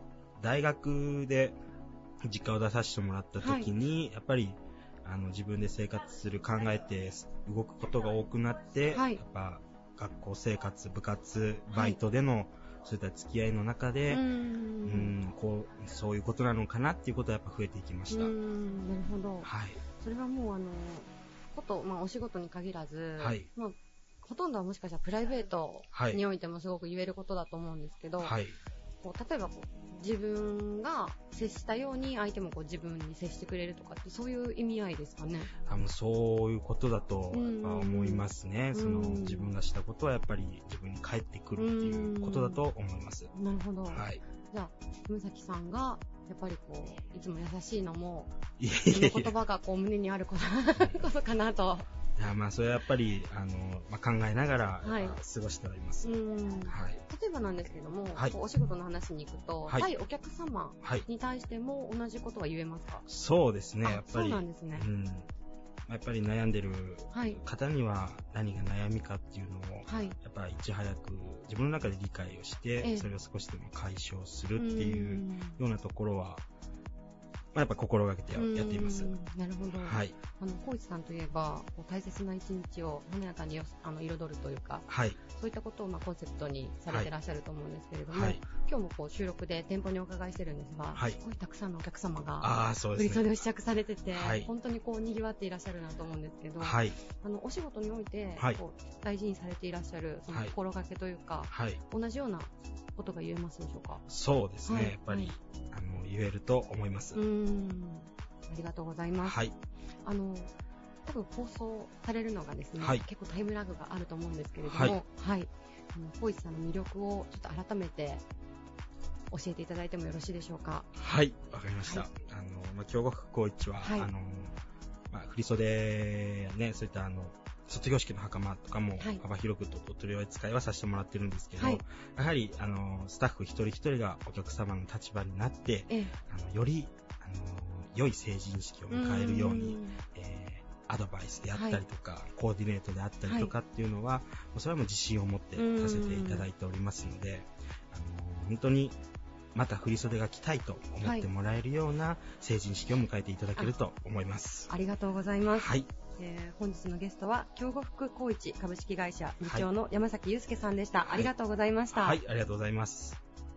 大学で実家を出させてもらった時に、はい、やっぱりあの自分で生活する考えて動くことが多くなって、はい、やっぱ学校生活、部活、バイトでの、はい、そういった付き合いの中で、うんうんこうそういうことなのかなっていうことはやっぱ増えていきました。 うんなるほど。 はい。 それはもうあのこと、まあ、お仕事に限らず、 はい、 まあ、ほとんどはもしかしたらプライベートにおいてもすごく言えることだと思うんですけど、はい、こう例えばこう自分が接したように相手もこう自分に接してくれるとかってそういう意味合いですかね。 あのそういうことだと思いますね。その自分がしたことはやっぱり自分に返ってくるっていうことだと思います。 なるほど。 はい。 じゃあ文崎さんがやっぱりこういつも優しいのもその言葉がこう胸にあることかなと。 いやまあそれはやっぱりあの、まあ、考えながら、はい、過ごしております。うんはい、 例えばなんですけども、はい、こうお仕事の話に行くと、はい、対お客様に対しても同じことは言えますか？ そうですね。やっぱりそうなんですね。 うんやっぱり悩んでる方には何が悩みかっていうのを、はい、やっぱりいち早く自分の中で理解をして、ええ、それを少しでも解消するっていうようなところは、まあ、やっぱ心がけてやっています。 なるほど。 はい。 あの、コウイチさんといえば、大切な一日を華やかによあの彩るというか、 はい。 そういったことをまあコンセプトにされてらっしゃると思うんですけれども、はい、今日もこう収録で店舗にお伺いしてるんですが、はい、すごいたくさんのお客様が、振り袖を試着されてて、はい、本当にこう賑わっていらっしゃるなと思うんですけど、はい。あの、お仕事において、はい、こう大事にされていらっしゃる、その心がけというか、はい。同じようなことが言えますでしょうか？ そうですね。はい、やっぱり、はい、あの、言えると思います。 うーん。ありがとうございます。 はい。 あの、多分放送されるのがですね、はい、結構タイムラグがあると思うんですけれども、はい。はい。あの、コウイチさんの魅力をちょっと改めて教えていただいてもよろしいでしょうか？ はい。わかりました。はい、あの、まあ、京極コウイチは、はい、あの、まあ、振り袖やね、そういったあの、卒業式の袴とかも幅広くとお取り扱いはさせてもらってるんですけど、はい、やはりあのスタッフ一人一人がお客様の立場になって、ええ、あのよりあの良い成人式を迎えるように、えー、アドバイスであったりとか、はい、コーディネートであったりとかっていうのは、はい、それはもう自信を持ってさせていただいておりますので、あの本当にまた振り袖が着たいと思ってもらえるような成人式を迎えていただけると思います。 あ、ありがとうございます。 はい。 えー、本日のゲストは京極コウイチ株式会社部長の山崎祐介さんでした、はい、ありがとうございました。 はい、はい、ありがとうございます。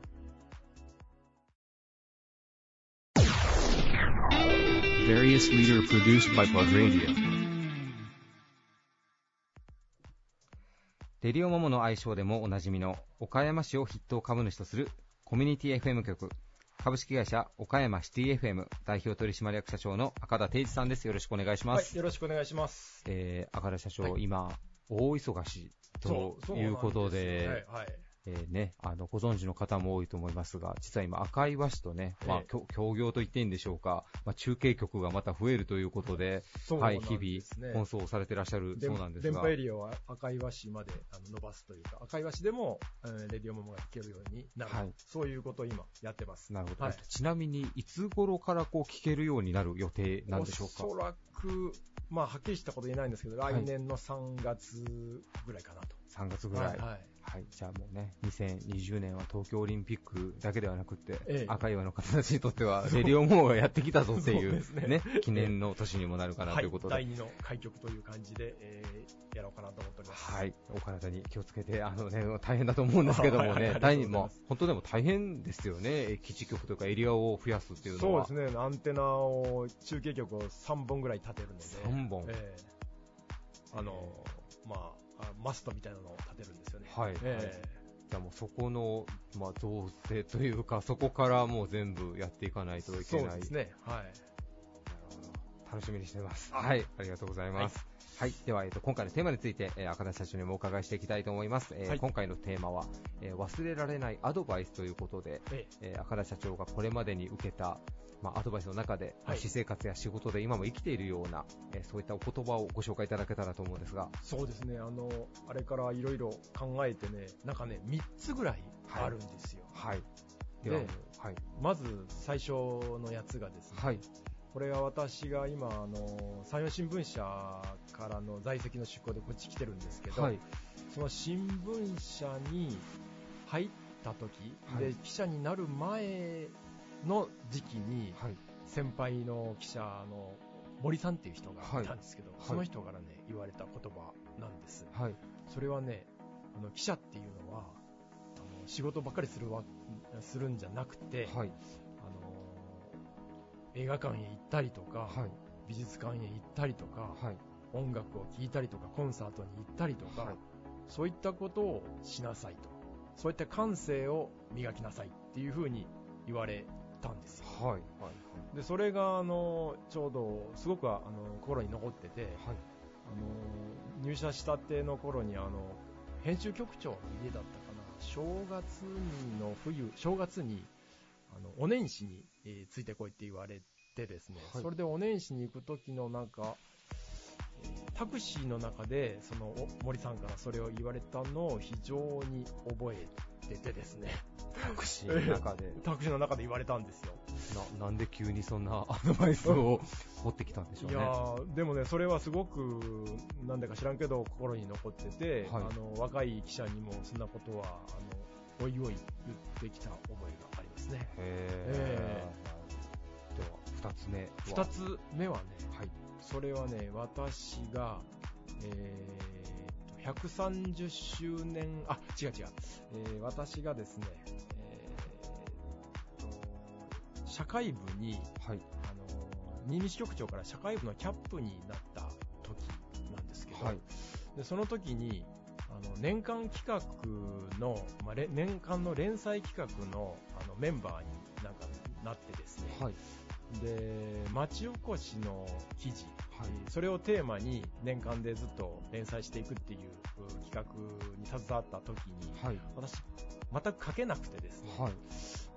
Various leader produced by Plug Radio。 レディオモモの愛称でもおなじみの岡山市を筆頭株主とするコミュニティ エフエム 局株式会社岡山シティ エフエム 代表取締役社長の赤田定一さんです。よろしくお願いします。 はい、よろしくお願いします。 えー、赤田社長、はい、今大忙しということで、はいはい、えーね、あのご存知の方も多いと思いますが、実は今赤い和紙とね、まあ、えー、協業と言っていいんでしょうか、まあ、中継局がまた増えるということで、 でね、 はい、日々奔走されてらっしゃるそうなんですが、 電波エリアは赤い和紙まであの伸ばすというか、赤い和紙でも、えー、レディオモモが聞けるようになる、はい、そういうことを今やってます。 なるほど。はい、ちなみにいつ頃からこう聞けるようになる予定なんでしょうか？ おそらく、まあ、はっきりしたこと言えないんですけど、来年のさんがつぐらいかなと。 さんがつぐらい。はいはいはい、じゃあもうね、にせんにじゅうねんは東京オリンピックだけではなくて、ええ、赤岩の方たちにとっては、レディオモモがやってきたぞっていう、ね、ね、記念の年にもなるかなということで。 はい、だいにの開局という感じで、えー、やろうかなと思っております。 はい、お体に気をつけて、あのね、大変だと思うんですけどもね、大変、も本当でも大変ですよね、基地局とかエリアを増やすっていうのは。 そうですね、アンテナを、中継局をさんぼんぐらい立てるので。 さんぼん、 えー、あの、まあ、マストみたいなのを立てるんですよね。 はい。えーじゃあもうそこの、まあ、造成というか、そこからもう全部やっていかないといけない。 そうですね。はい。なるほど。楽しみにしています。はい。ありがとうございます。はい。はい、では、えっと、今回のテーマについて、えー、赤田社長にもお伺いしていきたいと思います。えーはい、今回のテーマは、えー、忘れられないアドバイスということで、ええー、赤田社長がこれまでに受けた、まあ、アドバイスの中で、はい、私生活や仕事で今も生きているような、えー、そういったお言葉をご紹介いただけたらと思うんですが。 そうですね、あのあれからいろいろ考えてね、なんかねみっつぐらいあるんですよ。 はい、はい、 で, で、はい、まず最初のやつがですね、はい、これは私が今あの山陽新聞社からの在籍の出向でこっち来てるんですけど、はい、その新聞社に入った時、はい、で記者になる前の時期に、先輩の記者の森さんっていう人がいたんですけど、はい、その人からね、言われた言葉なんです。はい、それはね、あの記者っていうのは、あの仕事ばっかりするわするんじゃなくて、はい、あの映画館へ行ったりとか、はい、美術館へ行ったりとか、はい、音楽を聴いたりとか、コンサートに行ったりとか、はい、そういったことをしなさいと。そういった感性を磨きなさいっていうふうに言われたんですよ。はいはいはい、でそれがあのちょうどすごくあの心に残ってて、はい、あの入社したての頃にあの編集局長の家だったかな、正月の冬正月にあのお年始に、えー、ついてこいって言われてですね、はい、それでお年始に行く時のなんかタクシーの中でその森さんからそれを言われたのを非常に覚えててですね、 タクシーの中でタクシーの中で言われたんですよ。 な, なんで急にそんなアドバイスを持ってきたんでしょうね。 いやでもね、それはすごくなんでか知らんけど心に残ってて、はい、あの若い記者にもそんなことはあのおいおい言ってきた覚えがありますね。 へー。ではふたつめはふたつめはね、はい、それはね、私が、えー、ひゃくさんじゅっしゅうねん、あ、違う違う、えー、私がですね、えー、と社会部に、はい、あの新見支局長から社会部のキャップになった時なんですけど、はい、でその時にあの年間企画の、まあ、年間の連載企画の、あのメンバーになんかなってですね、はい、で町おこしの記事、はい、それをテーマに年間でずっと連載していくっていう企画に携わった時に、はい、私全く書けなくてですね、はい、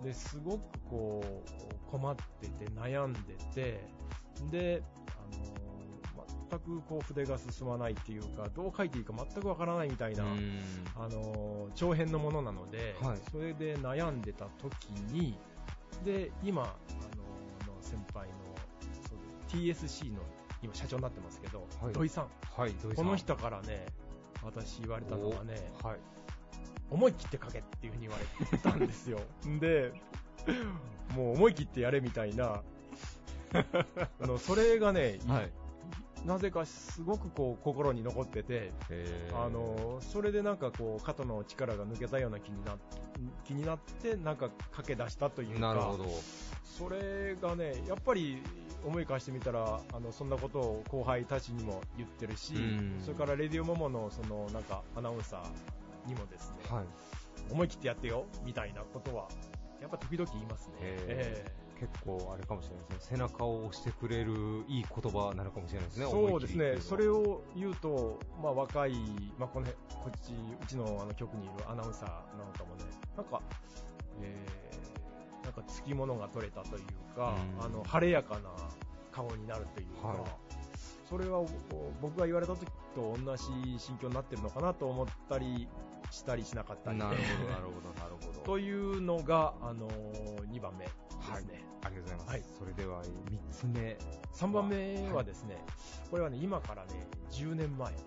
ですごくこう困ってて悩んでて、で、あのー、全くこう筆が進まないっていうか、どう書いていいか全くわからないみたいな、あのー、長編のものなので、はい、それで悩んでた時に、で今あの先輩の ティーエスシー の今社長になってますけど、はい、土井さん、はい、土井さん、この人からね、私言われたのがね、はい、思い切って書けっていう風に言われたんですよ。で、もう思い切ってやれみたいな、あのそれがね、はい、なぜかすごくこう心に残ってて、あのそれでなんかこう肩の力が抜けたような気にな気になってなんか駆け出したというか、 なるほど、 それがね、やっぱり思い返してみたら、あのそんなことを後輩たちにも言ってるし、それからレディオモモのそのなんかアナウンサーにもですね、はい、思い切ってやってよみたいなことはやっぱ時々言いますね。えー結構あれかもしれないですね、背中を押してくれるいい言葉なのかもしれないですね。 そうですね、それを言うと、まあ、若い、まあ、このこっちうちのあの局にいるアナウンサーなんかもね、なんか、えー、なんかつきものが取れたというか、うん、あの晴れやかな顔になるというか、はい、それは僕が言われた時と同じ心境になってるのかなと思ったりしたりしなかったり、 なるほどなるほどなるほどというのが、あのー、にばんめですね、はい、 ありがとうございます、はい、それではみっつめ、 さんばんめはですね、はい、これはね今からねじゅうねんまえ、はい、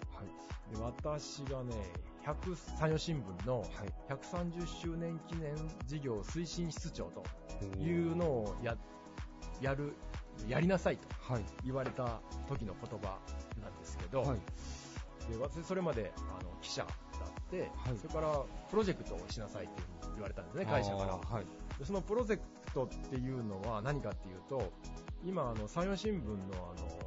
で私がね山陽新聞のひゃくさんじゅっしゅうねん記念事業推進室長というのを や, やるやりなさいと言われた時の言葉なんですけど、はい、で私それまであの記者だって、はい、それからプロジェクトをしなさいというふうに言われたんですね、会社から。はい、でそのプロジェクトっていうのは何かっていうと、今あの山陽新聞のあの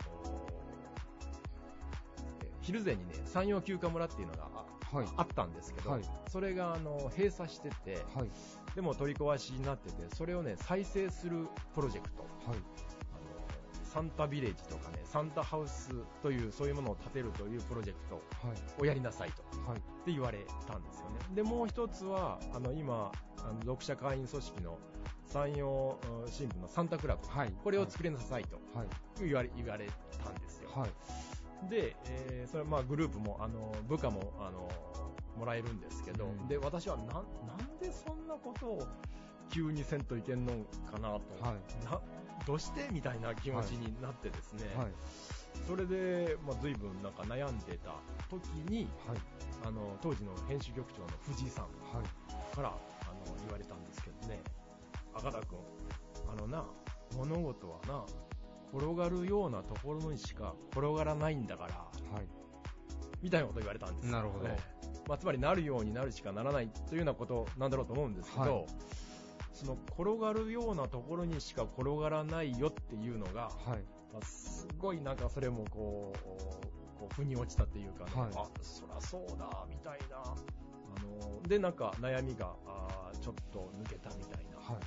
蒜山にね山陽休暇村っていうのが あ,、はい、あったんですけど、はい、それがあの閉鎖してて、はい、でも取り壊しになってて、それをね再生するプロジェクト、はい、あのサンタビレッジとかねサンタハウスというそういうものを建てるというプロジェクトをやりなさいと、はい、って言われたんですよね。でもう一つはあの今あの読者会員組織の山陽新聞のサンタクラブ、はい、これを作りなさいと言われ、言われたんですよ。はい、で、えー、それはまあグループもあの部下もあのもらえるんですけど、うん、で私はな、なんでそんなことを急にせんといけんのかなと、はい、などうしてみたいな気持ちになってですね、はいはい、それで、まあ、随分なんか悩んでた時に、はい、あの当時の編集局長の藤井さんから、はい、あの言われたんですけどね、 赤田君、あのな、物事はな、転がるようなところにしか転がらないんだから、はい、みたいなこと言われたんですよ。 なるほど。 ね、まあ、つまりなるようになるしかならないというようなことなんだろうと思うんですけど、はい、その転がるようなところにしか転がらないよっていうのが、はい、まあ、すごいなんかそれもこう、こう腑に落ちたっていうかね、はい、あ、そらそうだみたいな、あのでなんか悩みがあちょっと抜けたみたいな、はい、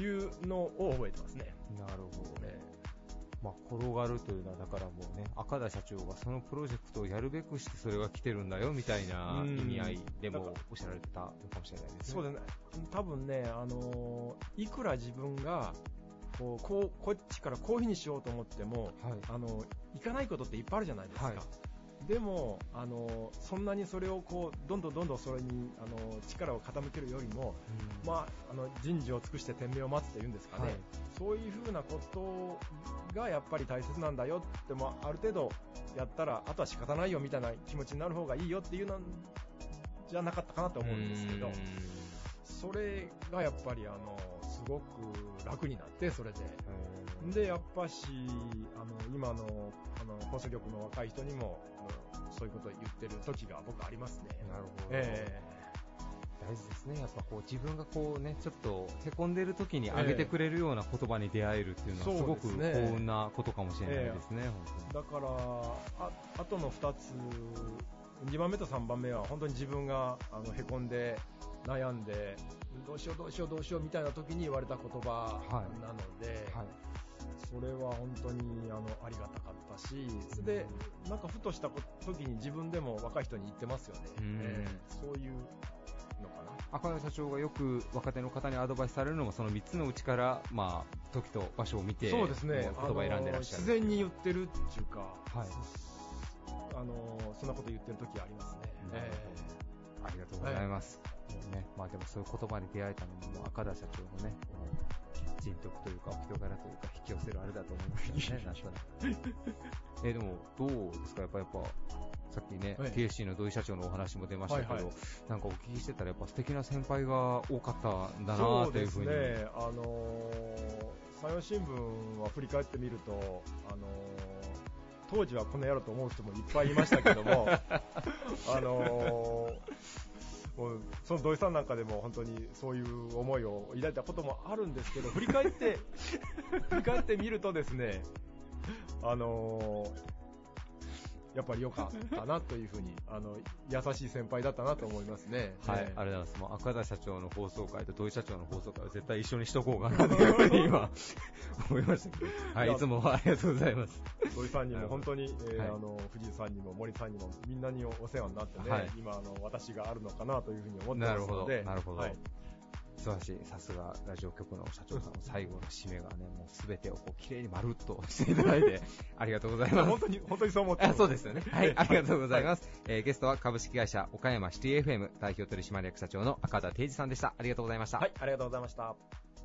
いうのを覚えてますね。 なるほどね。まあ、転がるというのはだからもうね、赤田社長がそのプロジェクトをやるべくしてそれが来てるんだよみたいな意味合いでもおっしゃられてたのかもしれないですね。 そうですね。多分ね、あのいくら自分がこうこうこっちからこういうふうにしようと思っても、はい、あのいかないことっていっぱいあるじゃないですか。はい、でもあのそんなにそれをこうどんどんどんどんそれにあの力を傾けるよりも、うん、まあ、あの人事を尽くして天命を待つっていうんですかね、はい、そういうふうなことがやっぱり大切なんだよって、もある程度やったらあとは仕方ないよみたいな気持ちになる方がいいよっていうのじゃなかったかなと思うんですけど、それがやっぱりあのすごく楽になって、それででやっぱしあの今のあの放送局の若い人にもそういうことを言ってる時が僕ありますね。 なるほど、えー、大事ですね。やっぱこう自分がこうねちょっとへこんでる時に上げてくれるような言葉に出会えるっていうのはすごく幸運なことかもしれないですね。 えー、本当にだからああとのふたつ、にばんめとさんばんめは本当に自分があのへこんで悩んでどうしようどうしようどうしようみたいな時に言われた言葉なので、はいはい、それは本当にあのありがたかったし、それでなんかふとした時に自分でも若い人に言ってますよね。えー、そういうのかな。 赤田社長がよく若手の方にアドバイスされるのもそのみっつのうちから、まあ、時と場所を見て、 そうですね、 言葉を選んでらっしゃる。 自然に言ってるっていうか、はい、あのそんなこと言ってる時ありますね。えー、ありがとうございます。はい、ね、まあ、でもそういう言葉に出会えたのも赤田社長のね、人徳というかお人柄というか引き寄せるあれだと思いますよね。なんとなくえでもどうですか、やっぱやっぱさっきね、はい、ティーエスシー の土井社長のお話も出ましたけど、はいはい、なんかお聞きしてたらやっぱ素敵な先輩が多かったんだなというふうに。そうですね、 あのー、山陽新聞は振り返ってみると、あのー、当時はこの野郎と思う人もいっぱいいましたけどもあのーもうその土井さんなんかでも本当にそういう思いを抱いたこともあるんですけど、振り返って振り返ってみるとですね、あのー、やっぱり良かったなというふうに、あの優しい先輩だったなと思いますね。 はい、ありがとうございます。もう赤田社長の放送回と土井社長の放送回は絶対一緒にしとこうかなというふうに今思いましたけど、はい、いつもありがとうございます。 土井さんにも本当に、えーはい、あの藤井さんにも森さんにもみんなにお世話になってね、はい、今あの私があるのかなというふうに思ってますので。 なるほど、なるほど。はい、素晴らしい。さすがラジオ局の社長さんの最後の締めがね、もうすべてをこう綺麗にまるっとしていただいてありがとうございます。 本当に本当にそう思ってます。 そうですよね。はい、ありがとうございます。はい、えー、ゲストは株式会社岡山シティ エフエム 代表取締役社長の赤田定治さんでした。ありがとうございました。 はい、ありがとうございました。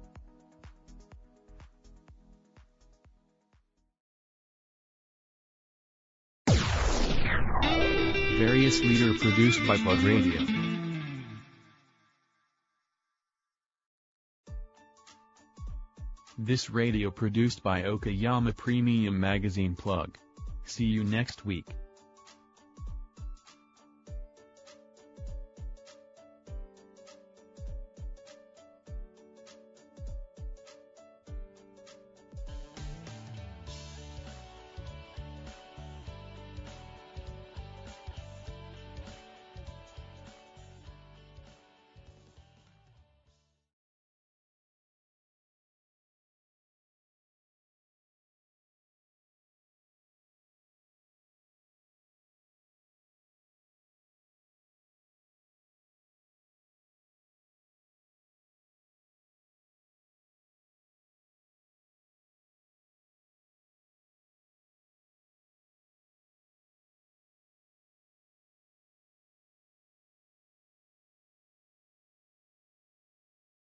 Various leader produced by Pod Radio. This radio produced by Okayama Premium Magazine Plug. See you next week.